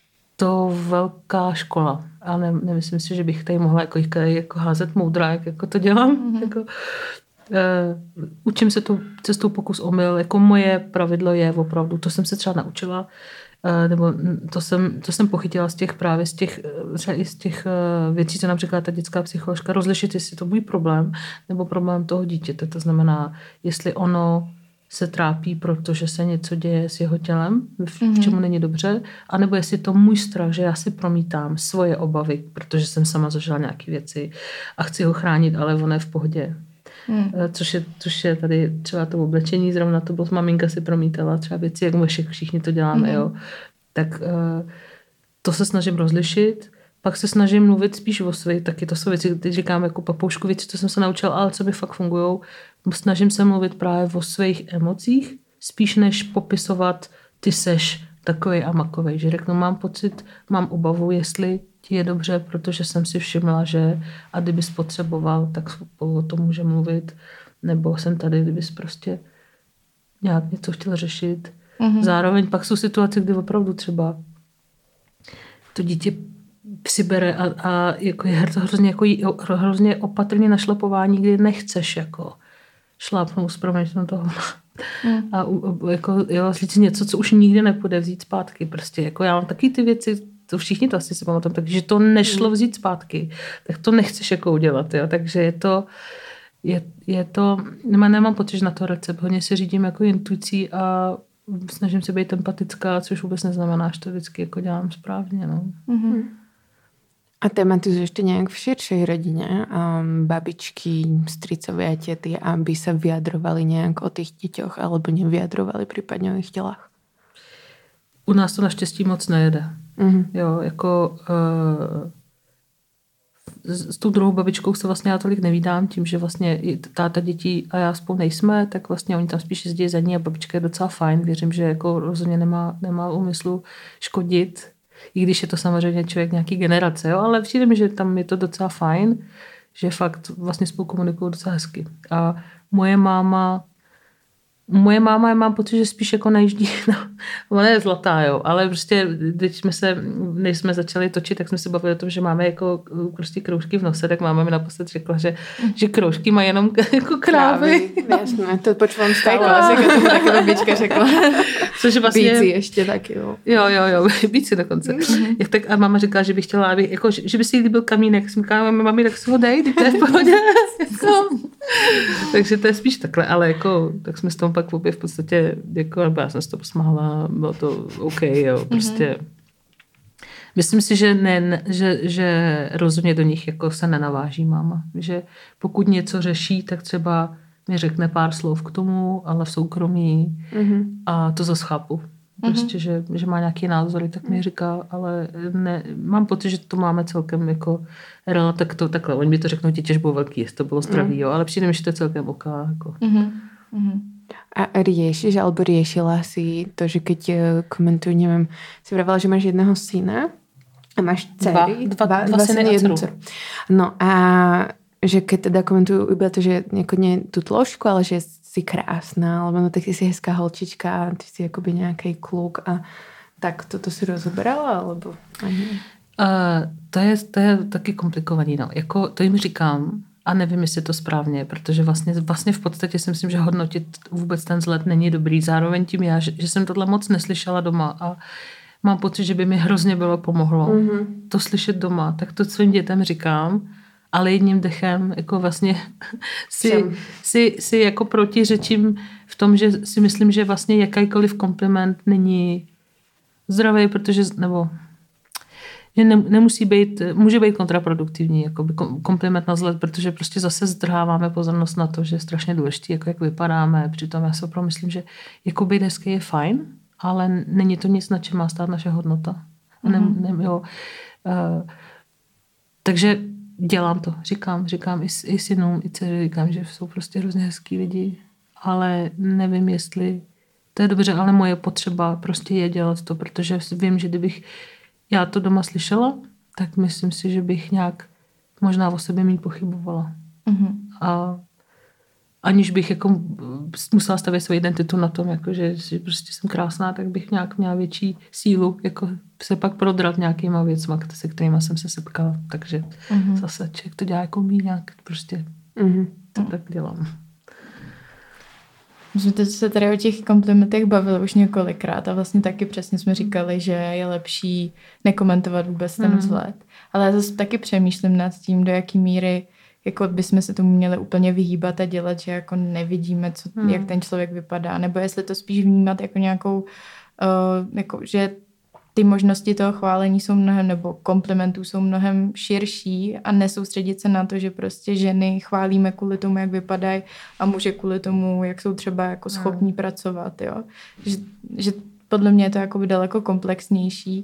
to velká škola. A ne, nemyslím si, že bych tady mohla jako, jako házet moudra, jak jako to dělám. Mm-hmm. Jako, uh, učím se tu cestou pokus omyl. Jako moje pravidlo je opravdu, to jsem se třeba naučila, uh, nebo to jsem, to jsem pochytila z těch právě z těch, třeba i z těch uh, věcí, co nám říká ta dětská psycholožka, rozlišit, jestli to můj problém, nebo problém toho dítěte. To znamená, jestli ono se trápí, protože se něco děje s jeho tělem, v mm-hmm. čemu není dobře, anebo jestli to můj strach, že já si promítám svoje obavy, protože jsem sama zažila nějaké věci a chci ho chránit, ale ono je v pohodě. Mm. Což, je, což je tady třeba to oblečení, zrovna to bylo, maminka si promítala třeba věci, jak my všichni to děláme, mm-hmm. jo. Tak to se snažím rozlišit. pak se snažím mluvit spíš o svých, taky to jsou věci, teď říkám jako papoušku věci, co jsem se naučila, ale co mi fakt fungujou. Snažím se mluvit právě o svých emocích, spíš než popisovat ty seš takovej a makovej, že řeknu, mám pocit, mám obavu, jestli ti je dobře, protože jsem si všimla, že a kdybys potřeboval, tak o tom může mluvit, nebo jsem tady, kdybys prostě nějak něco chtěl řešit. Mm-hmm. Zároveň pak jsou situace, kdy opravdu třeba to dítě přibere a, a jako je to hrozně, jako hrozně opatrně našlapování, kdy nechceš jako šlápnout, zpromět toho. Mm. A jako, jo, říct něco, co už nikdy nepůjde vzít zpátky. Prostě jako já mám taky ty věci, to všichni to asi si pamatujeme, takže to nešlo vzít zpátky, tak to nechceš jako udělat. Jo. Takže je to, je, je to, nemám, nemám pocit, že na to recept. Hodně se řídím jako intuicí a snažím se být empatická, což vůbec neznamená, že to vždycky jako dělám správně. No. Mm-hmm. A tematizuješ to nějak v širšej rodině? Um, babičky, stricovia, tety, aby se vyjadrovali nějak o těch děťoch alebo nevyjadrovali případně o jejich tělách? U nás to naštěstí moc nejede. Mm-hmm. Jo, jako uh, s, s tou druhou babičkou se vlastně já tolik nevídám, tím, že vlastně táta dětí a já spolu nejsme, tak vlastně oni tam spíš jezdí za ní a babička je docela fajn. Věřím, že jako rozhodně nemá, nemá úmyslu škodit, i když je to samozřejmě člověk nějaký generace, jo, ale přijde mi, že tam je to docela fajn, že fakt vlastně spolu komunikují docela hezky. A moje máma Moje máma, mám pocit, že spíš jako najíždí, no, ona je zlatá, jo, ale prostě, když jsme se, než jsme začali točit, tak jsme se bavili o tom, že máme jako prostě kroužky v nose, tak máma mi naposled řekla, že, že kroužky mají jenom jako krávy. krávy jasně, to počívám stále. Klasika, to taky babička řekla. Což vlastně... Bíci ještě taky, jo. Jo, jo, jo, bíci dokonce. Mm-hmm. Jak tak, a máma říkala, že by chtěla, aby, jako, že, že by si jí líbil kamínek. Jsem říkala, mami, tak si ho dej, to je v pohodě. Jako. Takže to je spíš takhle, ale jako, tak jsme s tom pak obě v podstatě, jako, nebo já jsem se to posmáhala, bylo to OK, jo, prostě. Mm-hmm. Myslím si, že, ne, ne, že, že rozhodně do nich jako se nenaváží máma. Že pokud něco řeší, tak třeba mi řekne pár slov k tomu, ale v soukromí mm-hmm. a to zase chápu. Prostě, mm-hmm. že, že má nějaké názory, tak mi říká, ale ne, mám pocit, že to máme celkem jako tak to, takhle, oni mi to řeknou, ti těž bylo velký, jestli to bylo zdravý, mm. jo, ale přijde mi, že to je celkem oká. Jako. Mm-hmm. Mm-hmm. A riešiš, alebo riešila si to, že keď komentujú, neviem, si vravala, že máš jedného syna a máš dcery. Dva, dva, dva, dva syny a dceru. No a že keď teda komentujú iba to, že jako nie tú tložku, ale že si krásna, alebo no tak ty si hezká holčička, ty si akoby nejaký kluk a tak toto si rozoberala, alebo ani? Uh, to, je, to je taky komplikovaný, no. Jako, to jim říkám, a nevím, jestli je to správně, protože vlastně, vlastně v podstatě si myslím, že hodnotit vůbec ten vzhled není dobrý. Zároveň tím já, že, že jsem tohle moc neslyšela doma a mám pocit, že by mi hrozně bylo pomohlo mm-hmm. to slyšet doma. Tak to svým dětem říkám, ale jedním dechem jako vlastně si, si, si jako protiřečím v tom, že si myslím, že vlastně jakýkoliv kompliment není zdravý, protože, nebo že ne, nemusí být, může být kontraproduktivní, jakoby kompliment na vzhled, protože prostě zase zdrháváme pozornost na to, že je strašně důležitý, jako jak vypadáme. Přitom já si opravdu myslím, že jako být hezký je fajn, ale není to nic, na čem má stát naše hodnota. Mm-hmm. Ne, ne, jo. Uh, takže dělám to, říkám, říkám i, i synům, i dceři, říkám, že jsou prostě hrozně hezký lidi, ale nevím, jestli to je dobře, ale moje potřeba prostě je dělat to, protože vím, že kdybych já to doma slyšela, tak myslím si, že bych nějak možná o sobě méně pochybovala. Mm-hmm. A aniž bych jako musela stavět svou identitu na tom, jako že, že prostě jsem krásná, tak bych nějak měla větší sílu jako se pak prodrat nějakýma věcma, se kterýma jsem se setkala. Takže mm-hmm. zase člověk to dělá jako mý nějak prostě. Mm-hmm. To tak dělám. My jsme se tady o těch komplimentech bavili už několikrát a vlastně taky přesně jsme říkali, že je lepší nekomentovat vůbec ten mm. vzhled. Ale já zase taky přemýšlím nad tím, do jaký míry jako bychom se tomu měli úplně vyhýbat a dělat, že jako nevidíme, co, mm. jak ten člověk vypadá. Nebo jestli to spíš vnímat jako nějakou, uh, jako, že ty možnosti toho chválení jsou mnohem, nebo komplimentů jsou mnohem širší a nesoustředit se na to, že prostě ženy chválíme kvůli tomu, jak vypadají a muže kvůli tomu, jak jsou třeba jako schopní no. pracovat, jo. Že, že podle mě je to jako daleko komplexnější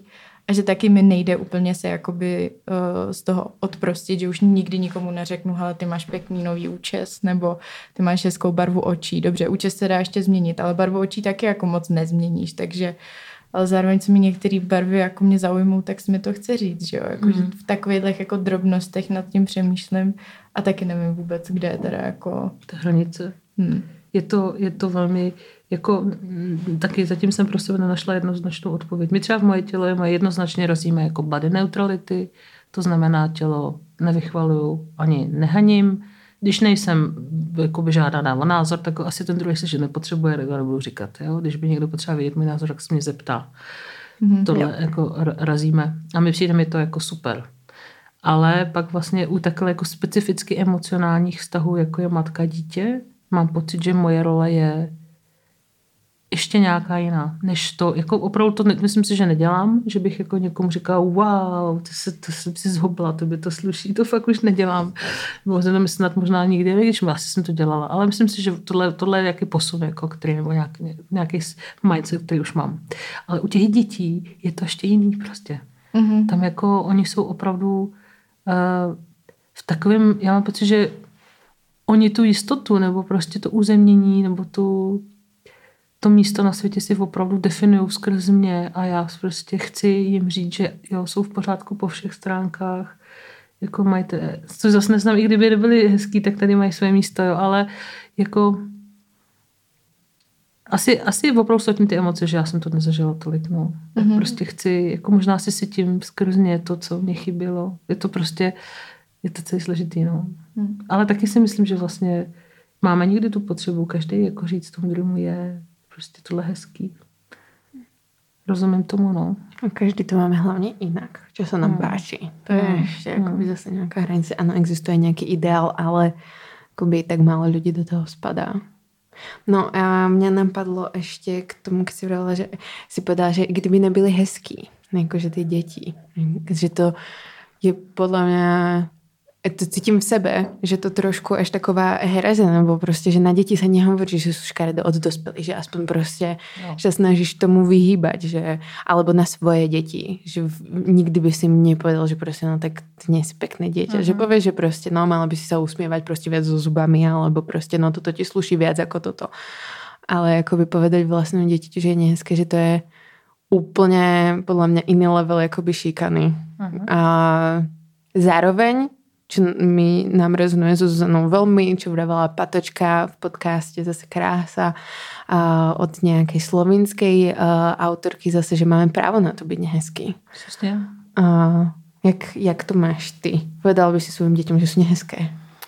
a že taky mi nejde úplně se jakoby uh, z toho odprostit, že už nikdy nikomu neřeknu, hele, ty máš pěkný nový účes, nebo ty máš hezkou barvu očí. Dobře, účes se dá ještě změnit, ale barvu očí taky jako moc nezměníš, takže ale zároveň, co mi některé barvy jako mě zaujmou, tak si mi to chce říct, že jo, jako, mm. že v takových jako drobnostech nad tím přemýšlím a taky nevím vůbec, kde je teda jako... Ta hranice. Hmm. Je to, je to velmi, jako taky zatím jsem pro sebe nenašla jednoznačnou odpověď. My třeba v moje tělo mají jednoznačně razíme jako body neutrality, to znamená tělo nevychvaluju ani nehaním. Když nejsem jakoby žádaná o názor, tak asi ten druhý se, že nepotřebuje, tak ho nebudu říkat. Jo? Když by někdo potřeboval vědět můj názor, tak se mě zeptá. Mm-hmm, Tohle jo. jako razíme. A my přijde mi to jako super. Ale pak vlastně u takhle jako specificky emocionálních vztahů, jako je matka dítě, mám pocit, že moje role je ještě nějaká jiná, než to, jako opravdu to, myslím si, že nedělám, že bych jako někomu říkala, wow, to, se, to jsem si zhobla, to by to sluší, to fakt už nedělám. Možná to snad možná nikdy, když asi jsem to dělala, ale myslím si, že tohle, tohle je nějaký posun, jako, který, nebo nějaký, nějaký mindset, který už mám. Ale u těch dětí je to ještě jiný prostě. Mm-hmm. Tam jako oni jsou opravdu uh, v takovém, já mám pocit, že oni tu jistotu, nebo prostě to uzemnění, nebo tu to místo na světě si opravdu definují skrz mě a já prostě chci jim říct, že jo, jsou v pořádku po všech stránkách. Jako mají te, což zase neznám, i kdyby nebyli hezký, tak tady mají své místo, jo, ale jako asi, asi opravdu jsou tím ty emoce, že já jsem to nezažila tolik, no. Mm-hmm. Prostě chci, jako možná si si tím skrz mě to, co mě chybělo. Je to prostě, je to celý složitý, no. Mm. Ale taky si myslím, že vlastně máme někdy tu potřebu, každý jako říct tomu druhému je prostě tohle hezký. Rozumím tomu, no. A každý to máme hlavně jinak, čo sa nám mm. páči. To je mm. ešte akoby zase nejaká hranica. Áno, existuje nejaký ideál, ale akoby tak málo ľudí do toho spadá. No a mňa napadlo ešte k tomu, keď si povedala, že si povedala, že kdyby nebyli hezký, akože tie deti, že to je podľa mňa to cítím v sebe, že to trošku až taková hereze, nebo prostě, že na děti se nehovorí, že jsou škaredé od dospělých, že aspoň prostě, no. že snažíš tomu vyhýbať, že, alebo na svoje děti, že nikdy by si mi nepovedal, že prostě, no tak ty nie si pekné dieťa, uh-huh. že povieš, že prostě, no mala by si sa usmievať prostě viac so zubami, alebo prostě, no toto ti sluší viac ako toto. Ale akoby povedať vlastnému dieťaťu, že je nehezké, že to je úplne, podľa mňa, iný level akoby šikany. Uh-huh. A zároveň čo mi nám rezonuje so Zuzanou veľmi, čo vravala Patočka v podcaste, zase krása uh, od nejakej slovinskej uh, autorky zase, že máme právo na to byť nehezký. Uh, jak, jak to máš ty? Povedal by si svým deťom, že sú nehezké?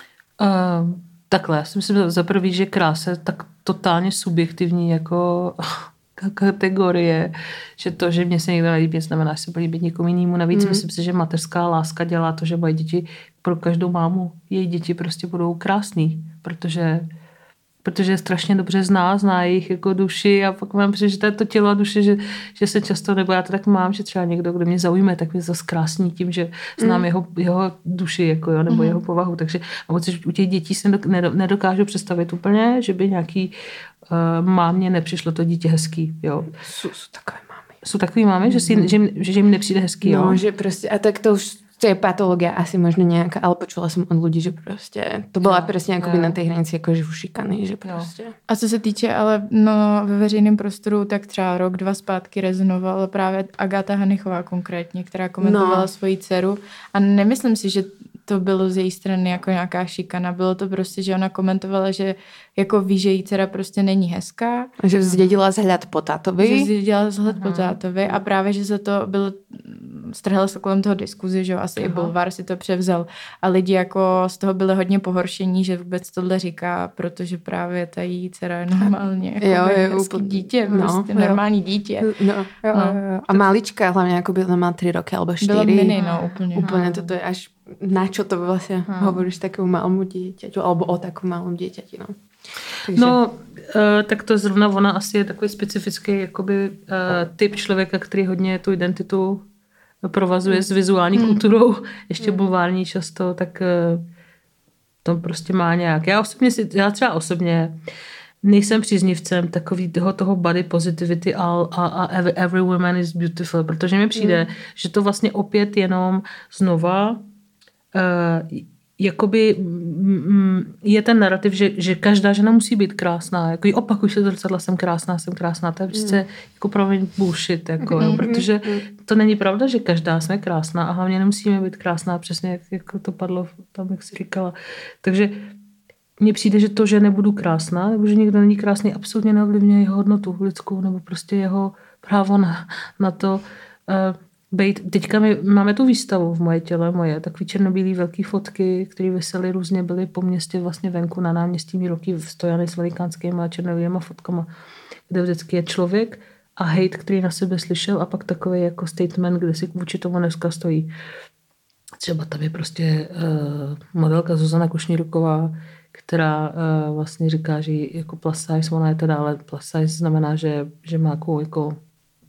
Uh, takhle, já si myslím za prvý, že krása je tak totálně subjektivní jako kategorie, že to, že mě se někdo nelíbí, znamená, že se bude líbit někomu jinému. Navíc mm. myslím si, že mateřská láska dělá to, že moje děti, pro každou mámu, její děti prostě budou krásný, protože, protože strašně dobře zná, zná jejich jako duši a pak mám přijde, že to je to tělo a duše, že, že se často, nebo já to tak mám, že třeba někdo, kdo mě zaujme, tak mě zase krásný tím, že znám mm. jeho, jeho duši, jako jo, nebo mm. jeho povahu. Takže u těch dětí se nedokážu představit úplně, že by nějaký uh, mámě nepřišlo to dítě hezký, jo. Jsou, jsou takové mámy. Jsou takový mámy, že, si, že, jim, že jim nepřijde hezký, jo. No, že prostě, a tak to už to je patológia asi možno nejaká, ale počula som od ľudí, že prostě to byla presne akoby na tej hranici akože ušikaný, že prostě. Jo. A co se týče ale no, ve veřejném prostoru, tak třeba rok, dva zpátky rezonovala právě Agáta Hanichová konkrétně, která komentovala no. svoji dceru a nemyslím si, že to bylo z její strany jako nějaká šikana. Bylo to prostě, že ona komentovala, že jako ví, že její dcera prostě není hezká. Že zdědila vzhled po tátovi. Že zdědila vzhled po tátovi a právě, že se to bylo, strhlo se kolem toho diskuzi, že asi Aha. i Bulvar si to převzal a lidi jako z toho byli hodně pohoršení, že vůbec tohle říká, protože právě ta její dcera je normálně jako jo, je úplně dítě, no, prostě jo. normální dítě. No, jo, no. Jo. A malička, hlavně jako byla, má tři roky alebo čtyři. Byla mini, no, úplně. Úplně toto je až na čo to vlastně hmm. hovoríš takovou malému dieťaťu, alebo o takovou malém dieťati, no. Takže... No, uh, tak to zrovna ona asi je takový specifický jakoby, uh, typ člověka, který hodně tu identitu provazuje hmm. s vizuální hmm. kulturou, ještě hmm. bulvární často, tak uh, to prostě má nějak. Já osobně si, já třeba osobně nejsem příznivcem takový toho, toho body positivity a, a, a every, every woman is beautiful, protože mi přijde, mm. že to vlastně opět jenom znova uh, jakoby mm, je ten narrativ, že, že každá žena musí být krásná. Jako opakuj se zrcadla, jsem krásná, jsem krásná. To je prostě mm. jako promiň bullshit. Jako, jo, protože to není pravda, že každá jsme krásná a hlavně nemusíme být krásná, přesně jak, jak to padlo tam, jak jsi říkala. Takže mně přijde, že to, že nebudu krásná, nebo že někdo není krásný, absolutně neovlivňuje jeho hodnotu lidskou, nebo prostě jeho právo na, na to uh, být. Teďka my máme tu výstavu v Moje těle moje, takový černobílý velký fotky, které visely různě, byly po městě vlastně venku na náměstí Míroky stojany s velikánskými a černobílýma fotkama, kde vždycky je člověk a hate, který na sebe slyšel a pak takový jako statement, kde si vůči tomu dneska stojí. Třeba tam je prostě uh, modelka Zuzana Kušníruková, která uh, vlastně říká, že jako plus size, ona je teda, ale plus size znamená, že, že má jako, jako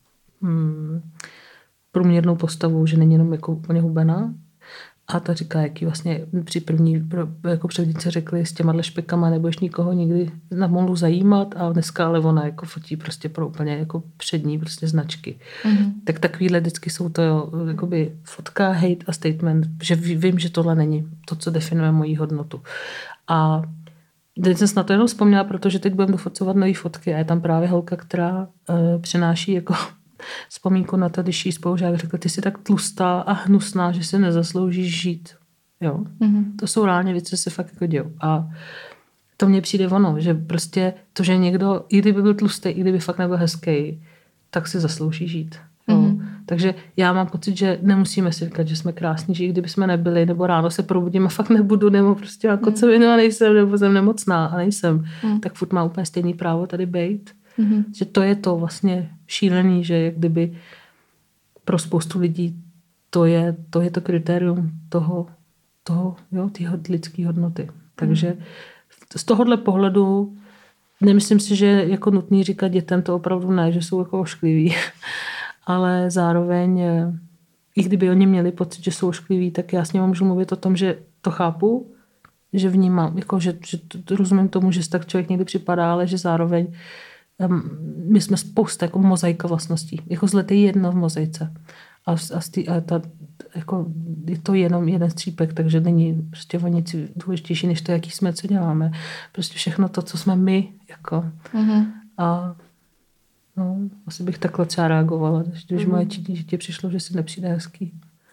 hmm, průměrnou postavu, že není jenom jako úplně hubená. A ta říká, jaký vlastně při první jako převodice řekli, s těma špekama nebudeš nikoho nikdy na molu zajímat a dneska ale ona jako fotí prostě pro úplně jako přední prostě značky. Mm-hmm. Tak takovýhle vždycky jsou to jo, jakoby fotka, hate a statement, že vím, že tohle není to, co definuje moji hodnotu. A teď jsem na to jenom vzpomněla, protože teď budeme dofotcovat nový fotky a je tam právě holka, která uh, přináší jako vzpomínku na to, když jí spolužák řekl, ty jsi tak tlustá a hnusná, že si nezasloužíš žít. Jo? Mm-hmm. To jsou reálně věci, co se fakt jako dějou. A to mně přijde ono, že prostě to, že někdo, i kdyby byl tlustý, i kdyby fakt nebyl hezký, tak si zaslouží žít. Jo? Mm-hmm. Takže já mám pocit, že nemusíme si říkat, že jsme krásní, že i kdyby jsme nebyli, nebo ráno se probudím a fakt nebudu, nebo prostě jako kocovinu a nejsem, nebo jsem nemocná a nejsem, mm. tak furt má úplně stejný právo tady bejt. Mm-hmm. Že to je to vlastně šílený, že jak kdyby pro spoustu lidí to je to, je to kritérium toho, toho jo, té lidské hodnoty. Takže mm. z tohohle pohledu nemyslím si, že je jako nutný říkat dětem to opravdu ne, že jsou jako oškliví. Ale zároveň, i kdyby oni měli pocit, že jsou oškliví, tak já s nimi můžu mluvit o tom, že to chápu, že vnímám, jako, že, že to, rozumím tomu, že tak člověk někdy připadá, ale že zároveň um, my jsme spousta jako mozaika vlastností. Jako zletý jedno v mozaice. A, a, stý, a ta, jako, je to jenom jeden střípek, takže není prostě o nic důležitější, než to, jaký jsme, co děláme. Prostě všechno to, co jsme my. Jako. Mm-hmm. A no, asi bych takhle třeba reagovala, když mm. moje dítě přišlo, že si nepřijde hezký.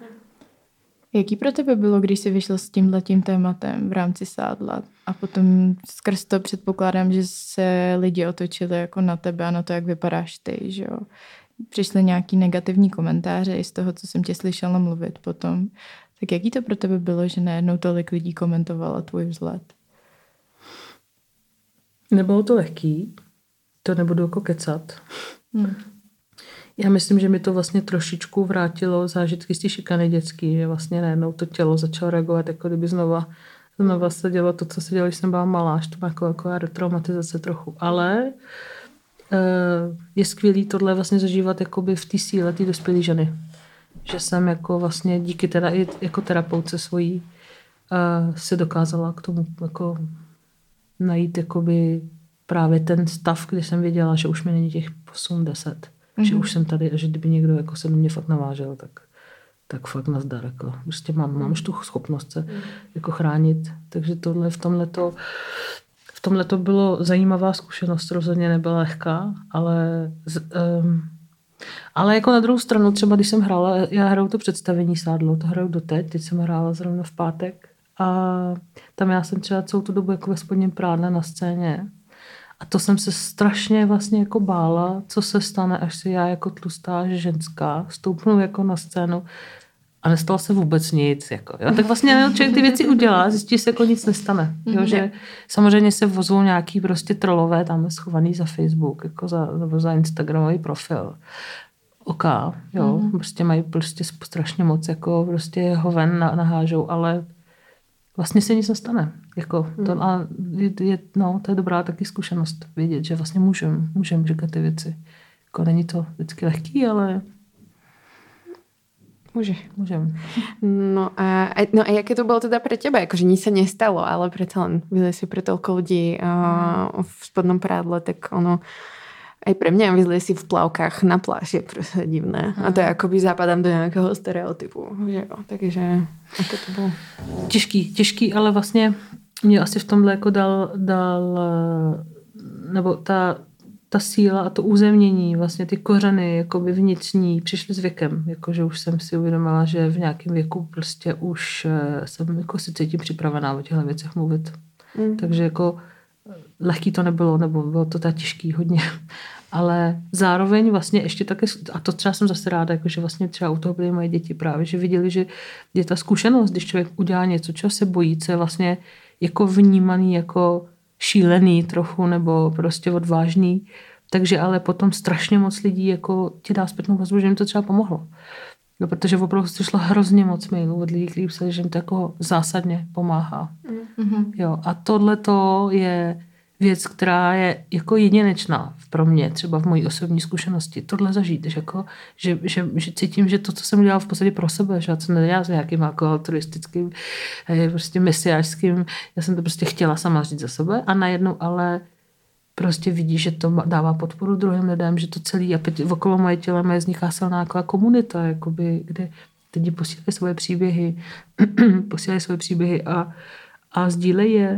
Jaký pro tebe bylo, když jsi vyšel s tímhletím tématem v rámci Sádla? A potom skrz to předpokládám, že se lidi otočili jako na tebe a na to, jak vypadáš ty, že jo? Přišly nějaký negativní komentáře i z toho, co jsem tě slyšela mluvit potom. Tak jaký to pro tebe bylo, že najednou tolik lidí komentovalo tvůj vzhled? Nebylo to lehký. To nebudu jako kecat. Hmm. Já myslím, že mi to vlastně trošičku vrátilo zážitky z té šikany dětský, že vlastně najednou to tělo začalo reagovat, jako kdyby znova, znova se dělo to, co se dělo, když jsem byla malá, až to má jako, jako retraumatizace trochu. Ale e, je skvělý tohle vlastně zažívat jakoby v té síle té dospělé ženy. Že jsem jako vlastně díky teda i jako terapeutce svojí e, se dokázala k tomu jako najít jakoby právě ten stav, kdy jsem věděla, že už mi není těch osm deset. Mm-hmm. Že už jsem tady a že kdyby někdo jako se do mě fakt navážel, tak, tak fakt nazdar. Jako. Prostě mám, mám už tu schopnost se mm-hmm. jako chránit. Takže tohle v tomhleto, v tomhleto bylo zajímavá zkušenost, rozhodně nebyla lehká, ale, um, ale jako na druhou stranu, třeba když jsem hrála, já hraju to představení Sádlo, to hraju doteď, teď jsem hrála zrovna v pátek a tam já jsem třeba celou tu dobu jako ve spodním prádle na scéně. A to jsem se strašně vlastně jako bála, co se stane, až si já jako tlustá ženská stoupnu jako na scénu a nestalo se vůbec nic. Jako, jo? Tak vlastně člověk ty věci udělá, zjistí se, jako nic nestane. Jo? Že samozřejmě se vozou nějaký prostě trolové, tam schovaný za Facebook, jako za, za Instagramový profil. OK, jo, mm. prostě mají prostě strašně moc, jako prostě hoven nahážou, ale vlastně se nic nestane. Jako to, a je, je, no, to je dobrá taky zkušenost vědět, že vlastně můžem, můžem říkat ty věci. Jako není to vždycky lehký, ale... Môže. Môžem. No a, no a jaké to bolo teda pre teba? Akože nič sa nestalo, ale predsa len vyzli si pre toľko ľudí uh, v spodnom prádle, tak ono aj pre mňa vyzli si v plavkách na pláž je proste divné. A to je akoby zapadám do nejakého stereotypu. Že jo, takže ako to bolo? Těžký, těžký, ale vlastně mě asi v tomhle jako dal, dal nebo ta ta síla a to uzemnění, vlastně ty kořeny jakoby vnitřní přišly s věkem, jakože už jsem si uvědomila, že v nějakém věku prostě už jsem jako si cítím připravená o těchto věcech mluvit. Mm. Takže jako lehký to nebylo, nebo bylo to tak těžký hodně. Ale zároveň vlastně ještě také, a to třeba jsem zase ráda, jakože vlastně třeba u toho byly moje děti právě, že viděli, že je ta zkušenost, když člověk udělá něco, čeho se bojí, co je vlastně jako vnímaný jako šílený trochu nebo prostě odvážný, takže ale potom strašně moc lidí jako ti dá zpětnou vazbu, že jim to třeba pomohlo. No, protože opravdu se šlo hrozně moc mailů od lidí, kteří psali, že jim to jako zásadně pomáhá. Mm-hmm. Jo, a tohleto je věc, která je jako jedinečná pro mě, třeba v mojí osobní zkušenosti. Tohle zažít, že, jako, že, že, že cítím, že to, co jsem dělala v podstatě pro sebe, že já jsem nedělala s nějakým jako altruistickým, prostě mesiářským, já jsem to prostě chtěla sama říct za sebe a najednou ale prostě vidíš, že to dává podporu druhým lidem, že to celý a okolo moje těla moje vzniká silná jako komunita, jakoby, kde lidi posílají svoje příběhy, posílají svoje příběhy a, a sdílejí je.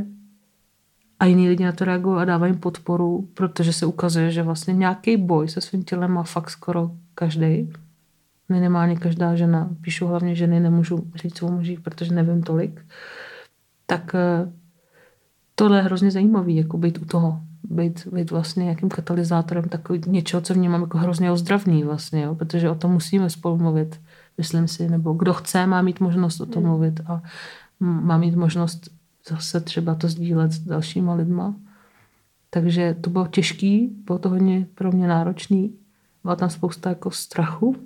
A jiní lidi na to reagují a dávají jim podporu, protože se ukazuje, že vlastně nějaký boj se svým tělem má fakt skoro každý. Minimálně každá žena. Píšu hlavně ženy, nemůžu říct o mužích, protože nevím tolik. Tak tohle je hrozně zajímavý, jako být u toho. Být, být vlastně nějakým katalyzátorem takový něčeho, co vnímám jako hrozně ozdravný vlastně, jo? Protože o tom musíme spolu mluvit, myslím si, nebo kdo chce, má mít možnost o tom mluvit a má mít možnost zase třeba to sdílet s dalšíma lidma. Takže to bylo těžký, bylo to hodně pro mě náročný. Byla tam spousta jako strachu.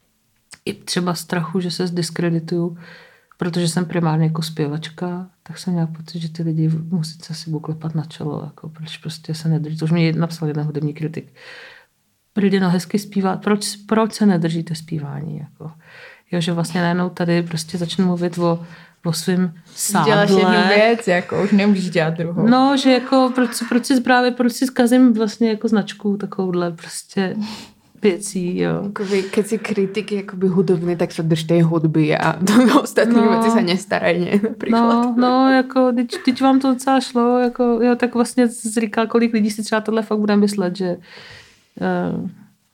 I třeba strachu, že se zdiskredituju, protože jsem primárně jako zpěvačka, tak jsem měla pocit, že ty lidi musí se si klepat na čelo, jako proč prostě se nedrží. To už mě napsal jeden hudební kritik. Lidino, hezky zpívá, proč, proč se nedržíte zpívání? Jako? Jo, že vlastně najednou tady prostě začnu mluvit o o svým sádle. Děláš jednu věc, jako už nemůžeš dělat druhou. No, že jako proč, proč si právě, proč si zkazím vlastně jako značku takovouhle prostě věcí, jo. Jakoby, keď si kritik jakoby hudobný, tak se drž tej hudby a do ostatních no, věcí se nestarají, ne? Například. No, no, jako, teď, teď vám to docela šlo, jako, jo, tak vlastně jsi říkal, kolik lidí si třeba tohle fakt bude myslet, že uh,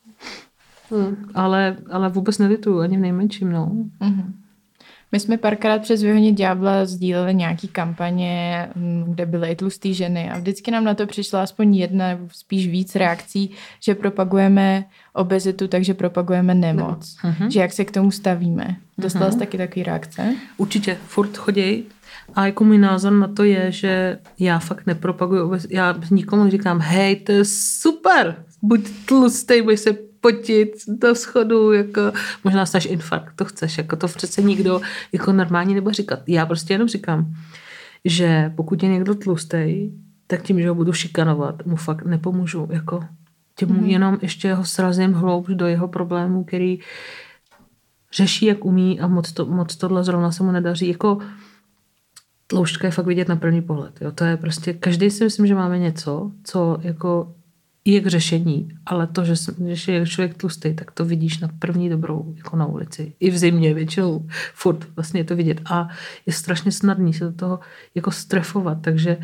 hmm. ale, ale vůbec nelituju, ani v nejmenším, no. Mm-hmm. My jsme párkrát přes Vyhonit ďábla sdíleli nějaký kampaně, kde byly i tlustý ženy a vždycky nám na to přišla aspoň jedna nebo spíš víc reakcí, že propagujeme obezitu, takže propagujeme nemoc. Uh-huh. Že jak se k tomu stavíme. Dostala jsi uh-huh. taky takový reakce? Určitě, furt choděj. A jako můj názor na to je, že já fakt nepropaguju obezitu. Já nikomu říkám, hej, to je super, buď tlustý, buď se potit do schodu, jako možná stáš infarkt, to chceš, jako to přece nikdo jako normálně nebo říkat. Já prostě jenom říkám, že pokud je někdo tlustej, tak tím, že ho budu šikanovat, mu fakt nepomůžu, jako tím mm. jenom ještě ho srazím hloub do jeho problémů, který řeší, jak umí a moc, to, moc tohle zrovna se mu nedaří. Jako tloušťka je fakt vidět na první pohled. Jo? To je prostě, každý si myslím, že máme něco, co jako je k řešení, ale to, že, že je člověk tlustý, tak to vidíš na první dobrou, jako na ulici. I v zimě většinou, furt vlastně je to vidět. A je strašně snadný se do toho jako strefovat, takže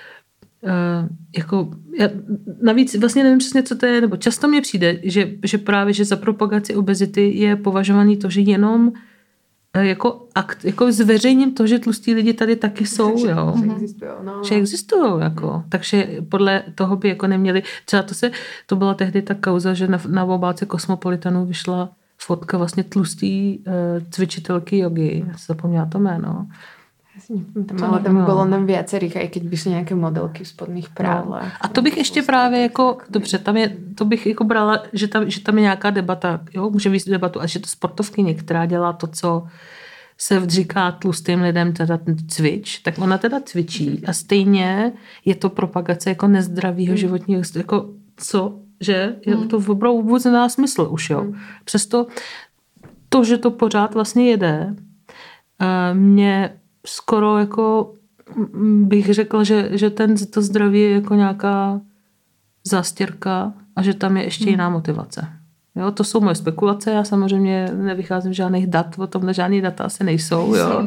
uh, jako já navíc vlastně nevím přesně, co to je, nebo často mně přijde, že, že právě, že za propagaci obezity je považovaný to, že jenom jako akt, jako zveřejním to, že tlustí lidi tady taky jsou, že, jo. Že existují, no. Že existují, jako. Takže podle toho by jako neměli, třeba to se, to byla tehdy ta kauza, že na, na obálce Kosmopolitanu vyšla fotka vlastně tlustý uh, cvičitelky jogy, já se zapomněla to jméno. Tam, ale tam bylo nám viacerých, i keď vyšly nějaké modelky v spodných prádlech. No. A to bych ještě právě jako, dobře, tam je, to bych jako brala, že tam, že tam je nějaká debata, jo, může být debatu, a že to sportovkyně, která dělá to, co se říká tlustým lidem, teda cvič, tak ona teda cvičí a stejně je to propagace jako nezdravýho mm. životního, jako co, že je to opravdu vůbec nedá smysl už, jo. Mm. Přesto to, že to pořád vlastně jede, mě skoro jako bych řekla, že, že ten, to zdraví je jako nějaká zástěrka a že tam je ještě jiná motivace. Jo, to jsou moje spekulace, já samozřejmě nevycházím z žádných dat, o tomhle žádný data asi nejsou, jo.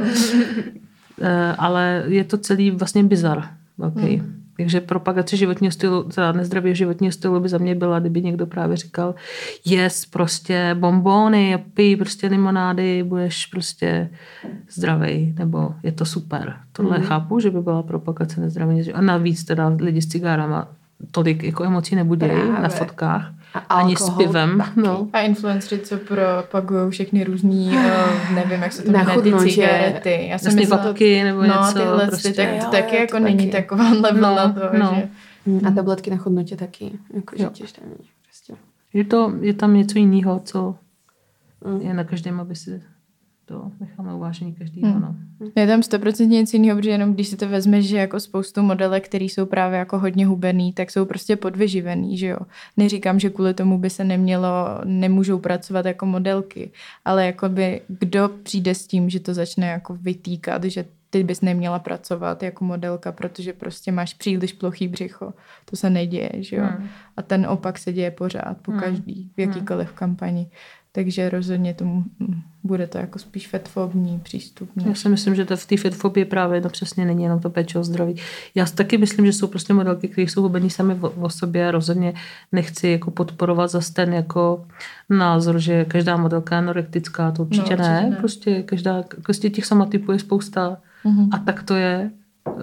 Ale je to celý vlastně bizar. Okay. Hmm. Takže propagace životního stylu, teda nezdravého životního stylu by za mě byla, kdyby někdo právě říkal, jes prostě bonbóny, pij prostě limonády, budeš prostě zdravej, nebo je to super. Tohle hmm. chápu, že by byla propagace nezdravého života. A navíc teda lidi s cigárama tolik jako emocí nebudějí na fotkách. Ani s pivem. No. A influenceři, co propagují všechny různý, nevím, jak se to jmenuje, ty cigarety. Já jsem myslela, vapky nebo no, něco. Tyhle, prostě, tak to taky jako to není taky. Taková no, na to, no. že... A tabletky na chudnutí taky. Jako, že těž tam není. Prostě. Je, to, je tam něco jiného, co mm. je na každém, aby si to nechal na uvážení každýho. Mm. No. Je tam sto procent nic jiného, protože jenom když si to vezmeš, že jako spoustu modelek, který jsou právě jako hodně hubený, tak jsou prostě podvyživený, že jo. Neříkám, že kvůli tomu by se nemělo, nemůžou pracovat jako modelky, ale jakoby kdo přijde s tím, že to začne jako vytýkat, že ty bys neměla pracovat jako modelka, protože prostě máš příliš plochý břicho. To se neděje, že jo. Mm. A ten opak se děje pořád, po každý, v jakýkoliv kampani. Takže rozhodně tomu bude to jako spíš fetfobní přístup. Než... Já si myslím, že to v té fetfobii právě no přesně není jenom to péče o zdraví. Já si taky myslím, že jsou prostě modelky, které jsou hubený sami o, o sobě. Rozhodně nechci jako podporovat zase ten jako názor, že každá modelka je anorektická. To určitě, no, určitě ne. ne. Prostě každá, prostě těch samotypů je spousta. Mm-hmm. A tak to je.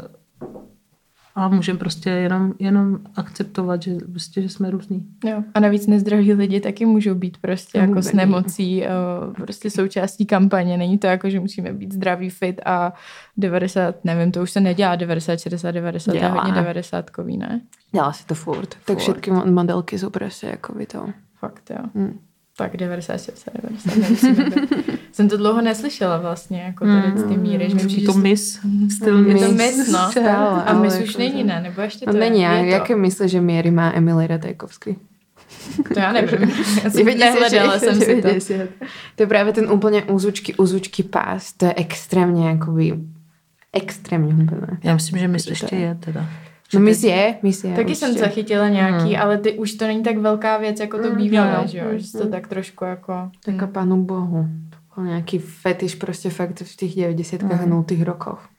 A můžeme prostě jenom, jenom akceptovat, že, prostě, že jsme různý. Jo. A navíc nezdraví lidi taky můžou být prostě jako s nemocí, prostě součástí kampaně. Není to jako, že musíme být zdraví, fit a devadesát, nevím, to už se nedělá devadesát, šedesát, devadesát, je hodně devadesátkový, ne? Dělá se to furt. furt. Tak všechny modelky jsou prostě jako by to. Fakt, jo. Hmm. Tak devadesát, šedesát, devadesát, nemusíme být. Jsem to dlouho neslyšela vlastně, jako tady mm. ty míry. Že vím, to že mis. Styl mis. Je to mis, no. Stále, a mis už není, ne? Nebo ještě to no, není, je? Je jaké myslíš, že míry má Emily Ratajkovský? To já nevím. Já jsem nehledala jsem si to. To je právě ten úplně úzučky, úzučky pás. To je extrémně, jakoby, extrémně hubené. Já myslím, že mis ještě je teda. No mis je, mis je. Taky jsem zachytila nějaký, hmm. ale ty už to není tak velká věc, jako to bývalo, hmm. že jo? Že to hmm. tak trošku jako... Tak a pánu bohu. Nějaký fetiš prostě fakt v těch deväťdesiatkách hmm. a nultých rokoch.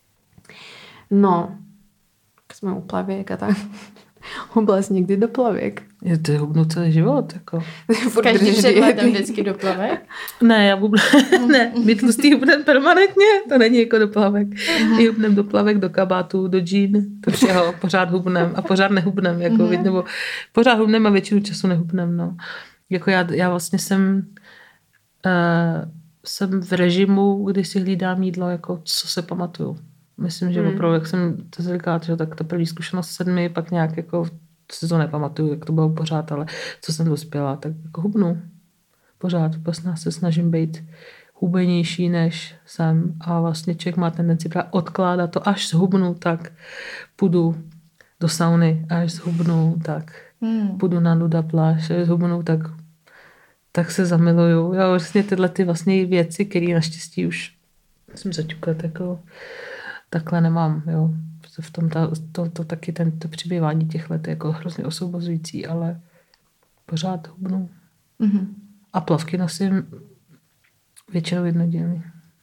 No, jsme u plavěk a tak. Oblast někdy do plavěk. Je to hubnu celý život, jako. Každý před letem vždycky do plavek? Ne, já vůbec, ne, my tlustý hubnem permanentně, to není jako do plavek. My hubnem do plavek, do kabátu, do džín, do všeho, pořád hubnem a pořád nehubnem, jako, mm-hmm. nebo pořád hubnem a většinu času nehubnem, no. Jako já, já vlastně jsem uh, jsem v režimu, kdy si hlídám jídlo, jako co se pamatuju. Myslím, že hmm. opravdu, jak jsem to říkala, že tak ta první zkušenost sedmi, pak nějak jako, si to nepamatuju, jak to bylo pořád, ale co jsem dospěla, tak jako hubnu. Pořád, vlastně se snažím být hubenější, než jsem a vlastně člověk má tendenci právě odkládat to, až zhubnu, tak půjdu do sauny, až zhubnu, tak hmm. půjdu na nuda pláž, až zhubnu, tak, tak se zamiluju. Já vlastně tyhle ty vlastně věci, které naštěstí už jsem zaťukat, jako takhle nemám, jo. V tom ta, to, to taky ten, to přibývání těch let je jako hrozně osvobozující, ale pořád hubnu. Mm-hmm. A plavky nosím většinou jednodílný.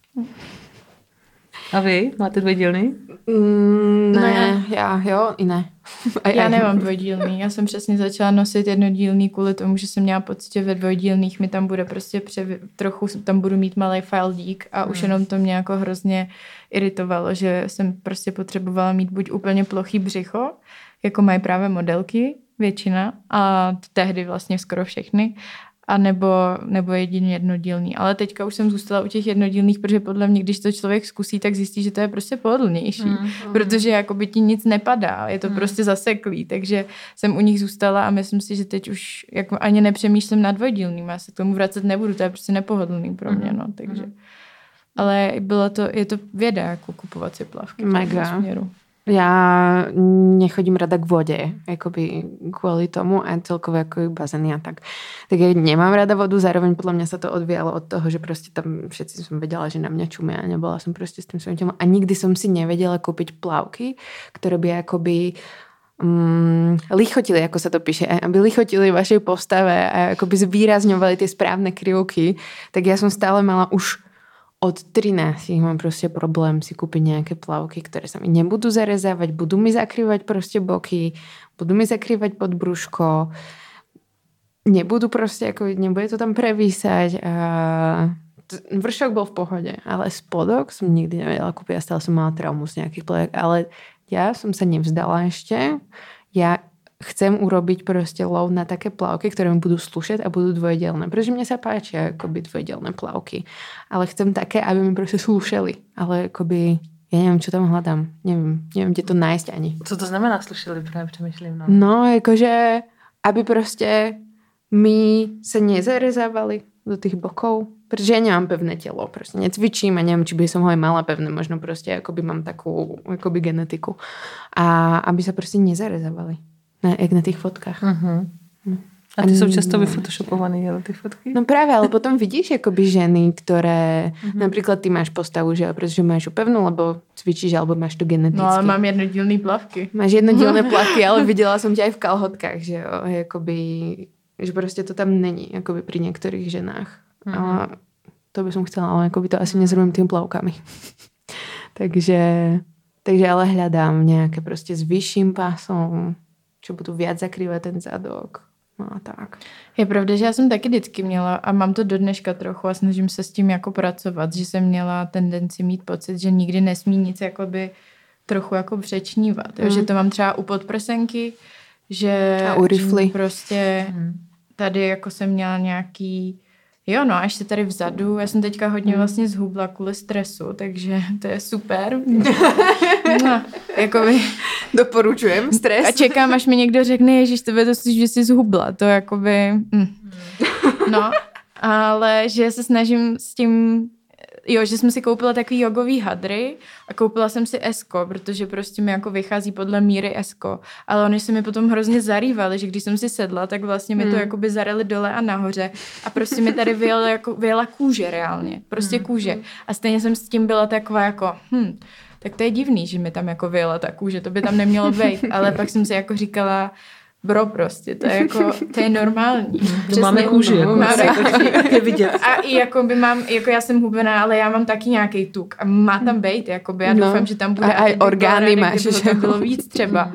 A vy? Máte dvojdílný? Mm, ne, ne, já jo i ne. A já nemám dvojdílný. Já jsem přesně začala nosit jednodílný kvůli tomu, že jsem měla pocit, že ve dvojdílných mi tam bude prostě převi- trochu, tam budu mít malej faldík a hmm. už jenom to mě jako hrozně iritovalo, že jsem prostě potřebovala mít buď úplně plochý břicho, jako mají právě modelky, většina, a tehdy vlastně skoro všechny, a nebo, nebo jedině jednodílný. Ale teďka už jsem zůstala u těch jednodílných, protože podle mě, když to člověk zkusí, tak zjistí, že to je prostě pohodlnější. Mm, mm. Protože jakoby ti nic nepadá. Je to mm. prostě zaseklý. Takže jsem u nich zůstala a myslím si, že teď už jako ani nepřemýšlím na dvojdílným. Já se k tomu vracet nebudu. To je prostě nepohodlný pro mě. No, takže. Ale bylo to, je to věda, jako kupovat si plavky. Mega. Ja nechodím rada k vode, akoby kvôli tomu a celkovo ako bazény a tak. Tak ja nemám rada vodu, zároveň podľa mňa sa to odvíjalo od toho, že proste tam všetci som vedela, že na mňa čumia a nebola som proste s tým svojím telom. A nikdy som si nevedela kúpiť plavky, ktoré by akoby um, lichotili, ako sa to píše, aby lichotili vašej postave a akoby zvýrazňovali tie správne krivky. Tak ja som stále mala už od trinástich mám proste problém si kúpiť nejaké plavky, ktoré sa mi nebudú zarezávať, budú mi zakrývať proste boky, budú mi zakrývať podbrúško, nebudú proste, ako nebude to tam prevísať a vršok bol v pohode, ale spodok som nikdy nevedela kúpiť a stále som mala traumu z nejakých plaviek, ale ja som sa nevzdala ešte, ja chcem urobiť proste lov na také plavky, ktoré mi budú slúšať a budú dvojdelné. Pretože mne sa páčia akoby dvojdelné plavky. Ale chcem také, aby mi proste slúšali. Ale akoby, ja neviem, čo tam hľadám. Neviem, neviem, kde to nájsť ani. Co to znamená slušeli? Právě přemýšlím. No, no akože, aby proste mi sa nezarezávali do tých bokov. Pretože ja nemám pevné telo. Proste necvičím a neviem, či by som ho aj mala pevné. Možno proste akoby mám takú akoby genetiku. A aby sa proste nezarezávali. Ne, jak na těch fotkách. Uh-huh. A ty jsou často vyfotoshopované, ale ty fotky? No právě, ale potom vidíš jakoby ženy, které, uh-huh. například ty máš postavu, že protože máš pevnou, lebo cvičíš, alebo máš to geneticky. No ale mám jednodílné plavky. Máš jednodílné plavky, ale viděla jsem tě aj v kalhotkách, že jo, jakoby, že prostě to tam není, jakoby pri některých ženách. Uh-huh. Ale to by som chcela, ale jakoby to asi nezrobím tým plavkami. takže, takže ale hľadám nějaké prostě s vyšším pásom, čo budú viac zakrývať ten zadok. No a tak. Je pravda, že já jsem taky vždycky měla a mám to do dneška trochu a snažím se s tím jako pracovat, že jsem měla tendenci mít pocit, že nikdy nesmí nic jakoby trochu jako přečnívat. Mm. Že to mám třeba u podprsenky, že a u rifly. Prostě tady jako jsem měla nějaký jo, no a ještě tady vzadu, já jsem teďka hodně vlastně zhubla kvůli stresu, takže to je super. No, jakoby... Doporučujem stres. A čekám, až mi někdo řekne, ježiš, tebe to slyš, že jsi zhubla, to jakoby... Mm. No, ale že se snažím s tím... Jo, že jsem si koupila takový jogový hadry a koupila jsem si esko, protože prostě mi jako vychází podle míry esko. Ale oni se mi potom hrozně zarývali, že když jsem si sedla, tak vlastně mi to hmm. jakoby zareli dole a nahoře a prostě mi tady vyjela, jako, vyjela kůže reálně. Prostě hmm. kůže. A stejně jsem s tím byla taková jako, hm, tak to je divný, že mi tam jako vyjela ta kůže, to by tam nemělo být. Ale pak jsem si jako říkala, bro, prostě, to je jako, to je normální. To máme kůži, jako, máme kůži. Je vidět. A i jako by mám, jako já jsem hubená, ale já mám taky nějaký tuk a má tam bejt, jakoby, já no. doufám, že tam bude. A, a orgány máš, že to bylo víc třeba.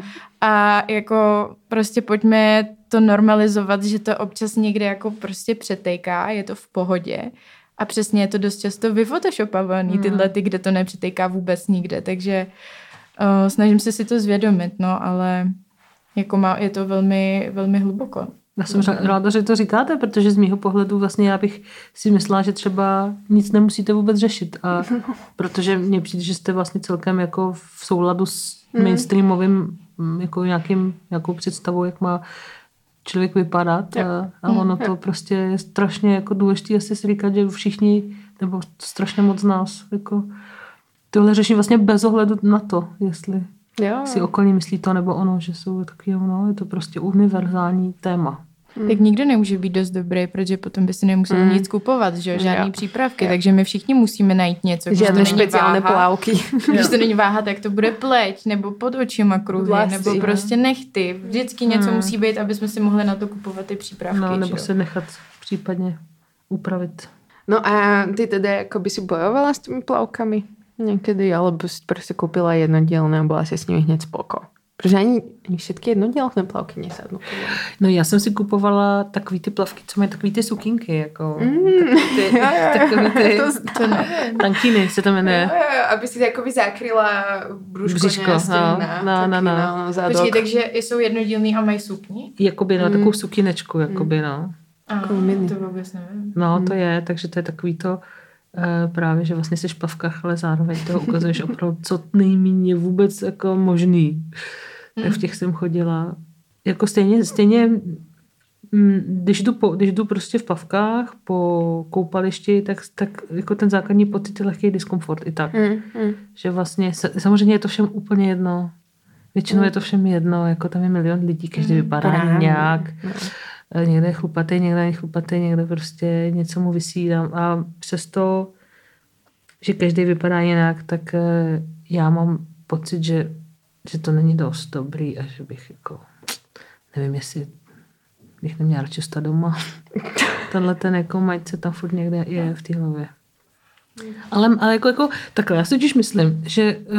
A jako prostě pojďme to normalizovat, že to občas někde jako prostě přetejká, je to v pohodě. A přesně je to dost často vyfotoshopovaný, hmm. tyhle ty, kde to nepřetejká vůbec nikde, takže uh, snažím se si to zvědomit, no, ale jako má, je to velmi, velmi hluboko. Já jsem ráda, že to říkáte, protože z mýho pohledu vlastně já bych si myslela, že třeba nic nemusíte vůbec řešit. A protože mně přijde, že jste vlastně celkem jako v souladu s mainstreamovým jako nějakým, nějakou představou, jak má člověk vypadat. A, a ono to prostě je strašně jako důležité asi si říkat, že všichni, nebo strašně moc z nás jako tohle řeší vlastně bez ohledu na to, jestli jo. si okolí myslí to nebo ono, že jsou takový, no, je to prostě univerzální téma. Hmm. Tak nikdo nemůže být dost dobrý, protože potom by si nemusel hmm. nic kupovat, že? Žádný jo. přípravky, jo. takže my všichni musíme najít něco. Žádné speciální plávky. Když to není váha, tak to bude pleť, nebo pod očima kruhy, Vlasy, nebo ne? prostě nechty. Vždycky něco hmm. musí být, aby jsme si mohli na to kupovat ty přípravky. No, nebo se nechat případně upravit. No a ty teda jako by si bojovala s těmi plávkami někdy, alebo si prostě koupila jednodielné a byla si s nimi hned spoko? Protože ani, ani všetky jednodělné plavky nesadnou. No já jsem si kupovala takový ty plavky, co mají takový ty sukinky, jako mm. takový ty, takový ty to, to tankiny se to jmenuje. Jo, jo, aby si jakoby zakryla brůško, Bříško, no, no, no, no. Počkej, takže jsou jednodílný a mají sukni? Jakoby, no, mm. takovou sukinečku, jakoby, mm. no. A, to vůbec nevím. No, to je, takže to je takový to Uh, právě, že vlastně jsi v plavkách, ale zároveň toho ukazuješ opravdu, co nejméně vůbec jako možný. Mm. Tak v těch jsem chodila. Jako stejně, stejně když jdu, po, když jdu prostě v plavkách po koupališti, tak, tak jako ten základní pocit je lehký diskomfort i tak. Mm. Mm. Že vlastně, samozřejmě je to všem úplně jedno. Většinou je to všem jedno, jako tam je milion lidí, každý mm, vypadá právě nějak. No. Někde je chlupatý, někde je chlupatý, někde prostě něco mu visí. A přesto, že každý vypadá jinak, tak já mám pocit, že, že to není dost dobrý a že bych jako, nevím, jestli bych neměla radši stát doma. Tenhle ten jako majce tam furt někde je v té hlavě. Ale, ale jako, jako takhle, já si totiž myslím, že uh,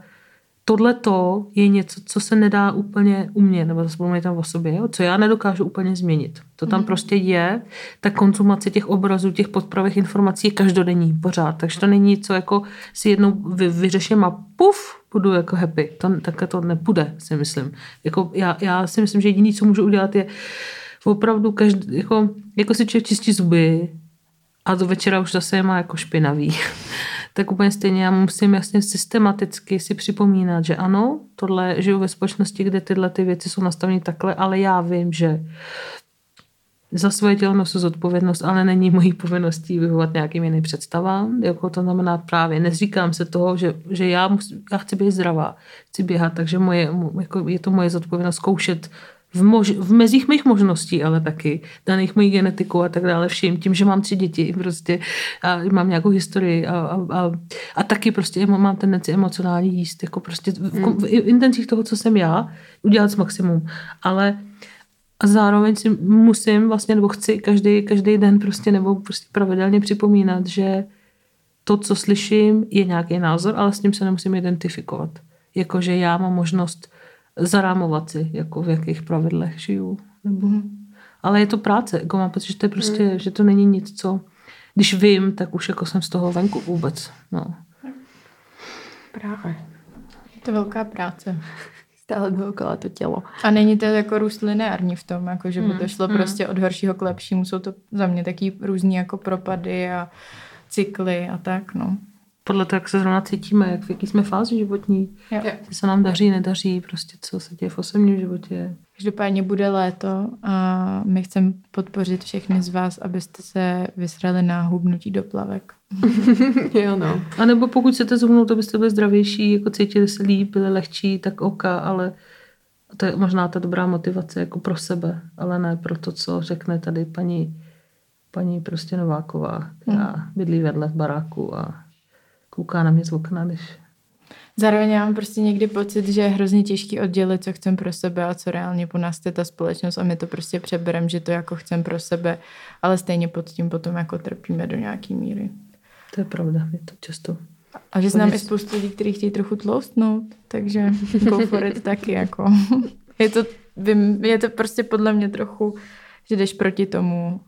tohleto je něco, co se nedá úplně u mě, nebo zase mluvím tam o sobě, jo, co já nedokážu úplně změnit. To tam mm. prostě je, ta konzumace těch obrazů, těch podpravých informací je každodenní pořád, takže to není něco, jako si jednou vy, vyřeším a puf, budu jako happy. To, takhle to nepůjde, si myslím. Jako já, já si myslím, že jediné, co můžu udělat, je opravdu každý, jako, jako si člověk čistí zuby a do večera už zase je má jako špinavý. Tak úplně stejně já musím jasně systematicky si připomínat, že ano, tohle žiju ve společnosti, kde tyhle ty věci jsou nastaveny takhle, ale já vím, že za svoje tělo nosu zodpovědnost, ale není mojí povinností vyhovat nějakým jiným představám. Jako to znamená právě, nezříkám se toho, že, že já, musím, já chci být zdravá, chci běhat, takže moje, jako je to moje zodpovědnost zkoušet v, mož, v mezích mých možností, ale taky daných mojí genetiku a tak dále vším, tím, že mám tři děti prostě a mám nějakou historii a, a, a, a taky prostě mám tendenci emocionálně jíst, jako prostě v, v, v intencích toho, co jsem já, udělat s maximum, ale a zároveň si musím vlastně, nebo chci každý, každý den prostě nebo prostě pravidelně připomínat, že to, co slyším, je nějaký názor, ale s tím se nemusím identifikovat. Jakože já mám možnost zarámovat si, jako v jakých pravidlech žiju. Nebo... Mm. Ale je to práce. Jako mám pocit, že to je prostě, mm. že to není nic, co... Když vím, tak už jako jsem z toho venku vůbec. No. Právě. Je to velká práce. Stále dookola to tělo. A není to jako růst lineární v tom, jako že by to šlo mm. prostě od horšího k lepšímu. Jsou to za mě taky různý jako propady a cykly a tak, no. Podle toho, jak se zrovna cítíme, jak v jaký jsme fázi životní, co se nám daří, nedaří, prostě co se děje v osobním životě. Každopádně bude léto a my chceme podpořit všechny z vás, abyste se vysrali na hubnutí do plavek. Jo, no. A nebo pokud chcete zhubnout, abyste byli zdravější, jako cítili se líp, byli lehčí, tak oka, ale to je možná ta dobrá motivace jako pro sebe, ale ne pro to, co řekne tady paní, paní prostě Nováková, která hmm. bydlí vedle v baráku a kouká na mě z okna, když... Zároveň já mám prostě někdy pocit, že je hrozně těžký oddělit, co chcem pro sebe a co reálně po nás je ta společnost a my to prostě přebereme, že to jako chcem pro sebe, ale stejně pod tím potom jako trpíme do nějaký míry. To je pravda, je to často. A že znám i spoustu lidí, kteří chtějí trochu tloustnout, takže go for it taky jako. Je to, je to prostě podle mě trochu, že jdeš proti tomu...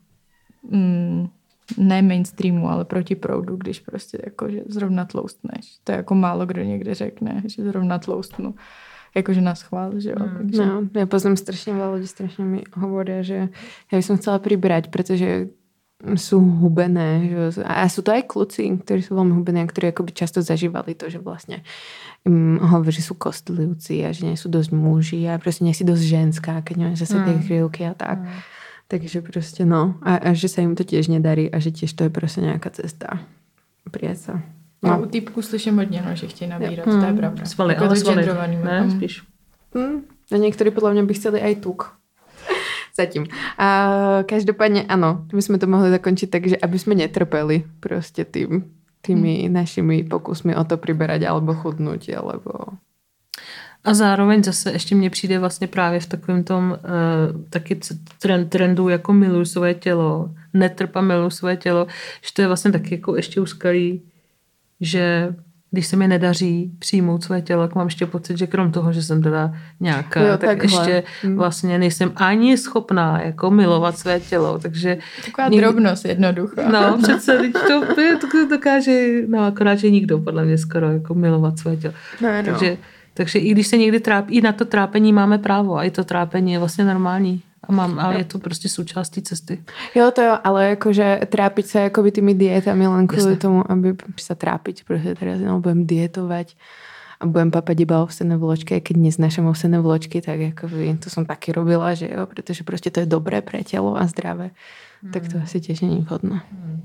Mm, ne mainstreamu, ale proti proudu, když prostě jako, že zrovna tloustneš. To je jako málo kdo někde řekne, že zrovna tloustnu. Jakože nás chvál, že jo. Mm. Takže... No, ja poznám strašne veľa ľudí, strašne mi hovoria, že ja by som chcela pribrať, pretože sú hubené. Že... A sú to aj kluci, ktorí sú veľmi hubené, ktorí akoby často zažívali to, že vlastne im hovorí, že sú kostlivci a že nie sú dosť muži a proste nie si dosť ženská, keď nemáš zase mm. tie chvíľky a tak. Mm. Takže prostě no. A, a že se jim to těž nedarí a že těž to je prostě nějaká cesta. Prijať sa. No. A u týpku slyším hodně, no, že chtějí nabírat, hmm. to je pravda. Svaly, ale svaly, ne, spíš. Hmm. A některý podle mě by chceli aj tuk. Zatím. A každopádně ano, my jsme to mohli zakončit tak, že aby jsme netrpeli prostě tým, tými hmm. našimi pokusmi o to priberať alebo chudnúť, alebo... A zároveň zase ještě mně přijde vlastně právě v takovém tom uh, taky trend, trendu jako miluji své tělo, netrp a miluji své tělo, že to je vlastně taky jako ještě úskalý, že když se mi nedaří přijmout své tělo, tak mám ještě pocit, že krom toho, že jsem teda nějaká, jo, tak takhle. Ještě vlastně nejsem ani schopná jako milovat své tělo, takže... Taková někdy... drobnost jednoduchá. No, přece to, to, to dokáže, no akorát, že nikdo podle mě skoro jako milovat své tělo. No, no. Takže Takže i když se někdy trápí, i na to trápení máme právo a i to trápení je vlastně normální. A, mám, a je to prostě součástí cesty. Jo, to jo, ale jakože trápiť sa akoby tými dietami len kvôli tomu, aby sa trápiť. Proste teraz no, budem dietovať a budem papať iba ovsené vločky. A keď neznášam ovsené vločky, tak akoby to som taky robila, že jo, pretože proste to je dobré pre telo a zdravé. Hmm. Tak to asi tiež není vhodné. Hmm.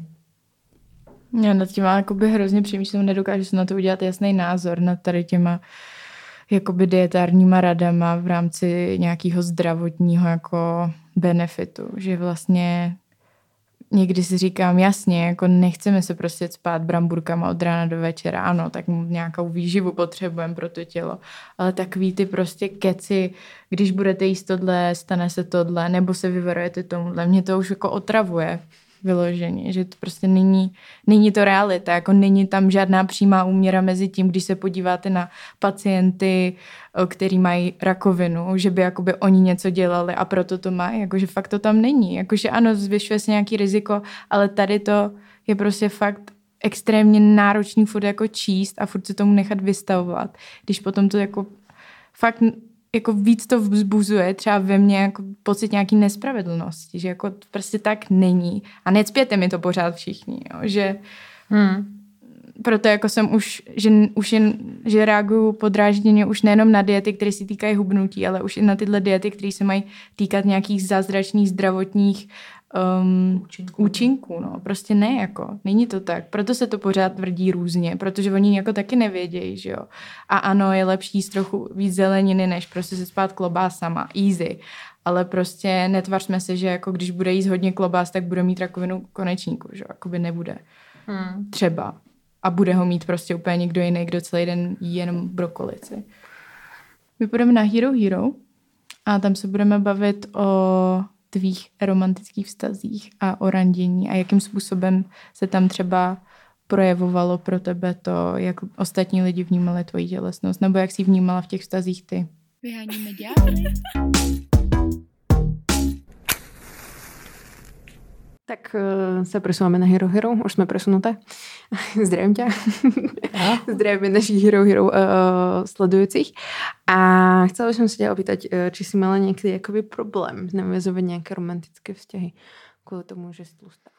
Já nad tím jakoby hrozně přemýšlím, nedokážu si na to udělat jasný názor nad tady těma jakoby dietárníma radama v rámci nějakého zdravotního jako benefitu, že vlastně někdy si říkám, jasně, jako nechceme se prostě spát bramburkama od rána do večera, ano, tak nějakou výživu potřebujeme pro to tělo, ale takový ty prostě keci, když budete jíst tohle, stane se tohle, nebo se vyvarujete tomuhle, mě to už jako otravuje vyloženě, že to prostě není, není to realita, jako není tam žádná přímá úměra mezi tím, když se podíváte na pacienty, který mají rakovinu, že by jakoby oni něco dělali a proto to mají, jakože fakt to tam není, jakože ano, zvyšuje se nějaký riziko, ale tady to je prostě fakt extrémně náročný furt jako číst a furt se tomu nechat vystavovat, když potom to jako fakt jako víc to vzbuzuje třeba ve mně jako pocit nějaký nespravedlnosti, že jako prostě tak není. A necpěte mi to pořád všichni, jo, že hmm. proto jako jsem už, že už jen, že reaguju podrážděně už nejenom na diety, které se týkají hubnutí, ale už i na tyhle diety, které se mají týkat nějakých zázračných zdravotních um, účinků. účinků, no. Prostě ne, jako. Není to tak. Proto se to pořád tvrdí různě, protože oni jako taky nevědějí, že jo. A ano, je lepší jíst trochu víc zeleniny, než prostě se spát klobásama. Easy. Ale prostě netvařme se, že jako když bude jíst hodně klobás, tak bude mít rakovinu konečníku, že jo. Jakoby nebude. Hmm. Třeba. A bude ho mít prostě úplně někdo jiný, kdo celý den jí jenom brokolici. My půjdeme na Hero Hero a tam se budeme bavit o tvých romantických vztazích a o randění a jakým způsobem se tam třeba projevovalo pro tebe to, jak ostatní lidi vnímali tvoji tělesnost, nebo jak jsi vnímala v těch vztazích ty. Vyháníme ďábly. Tak uh, se presúvame na Hero Hero, už jsme presunuté. Zdravím tě. Zdravím našich Hero Hero uh, sledujúcich. A chcela som sa ťa opýtať, uh, či si mala niekedy akoby problém naviazovať nejaké romantické vzťahy kvôli tomu, že si tlustá.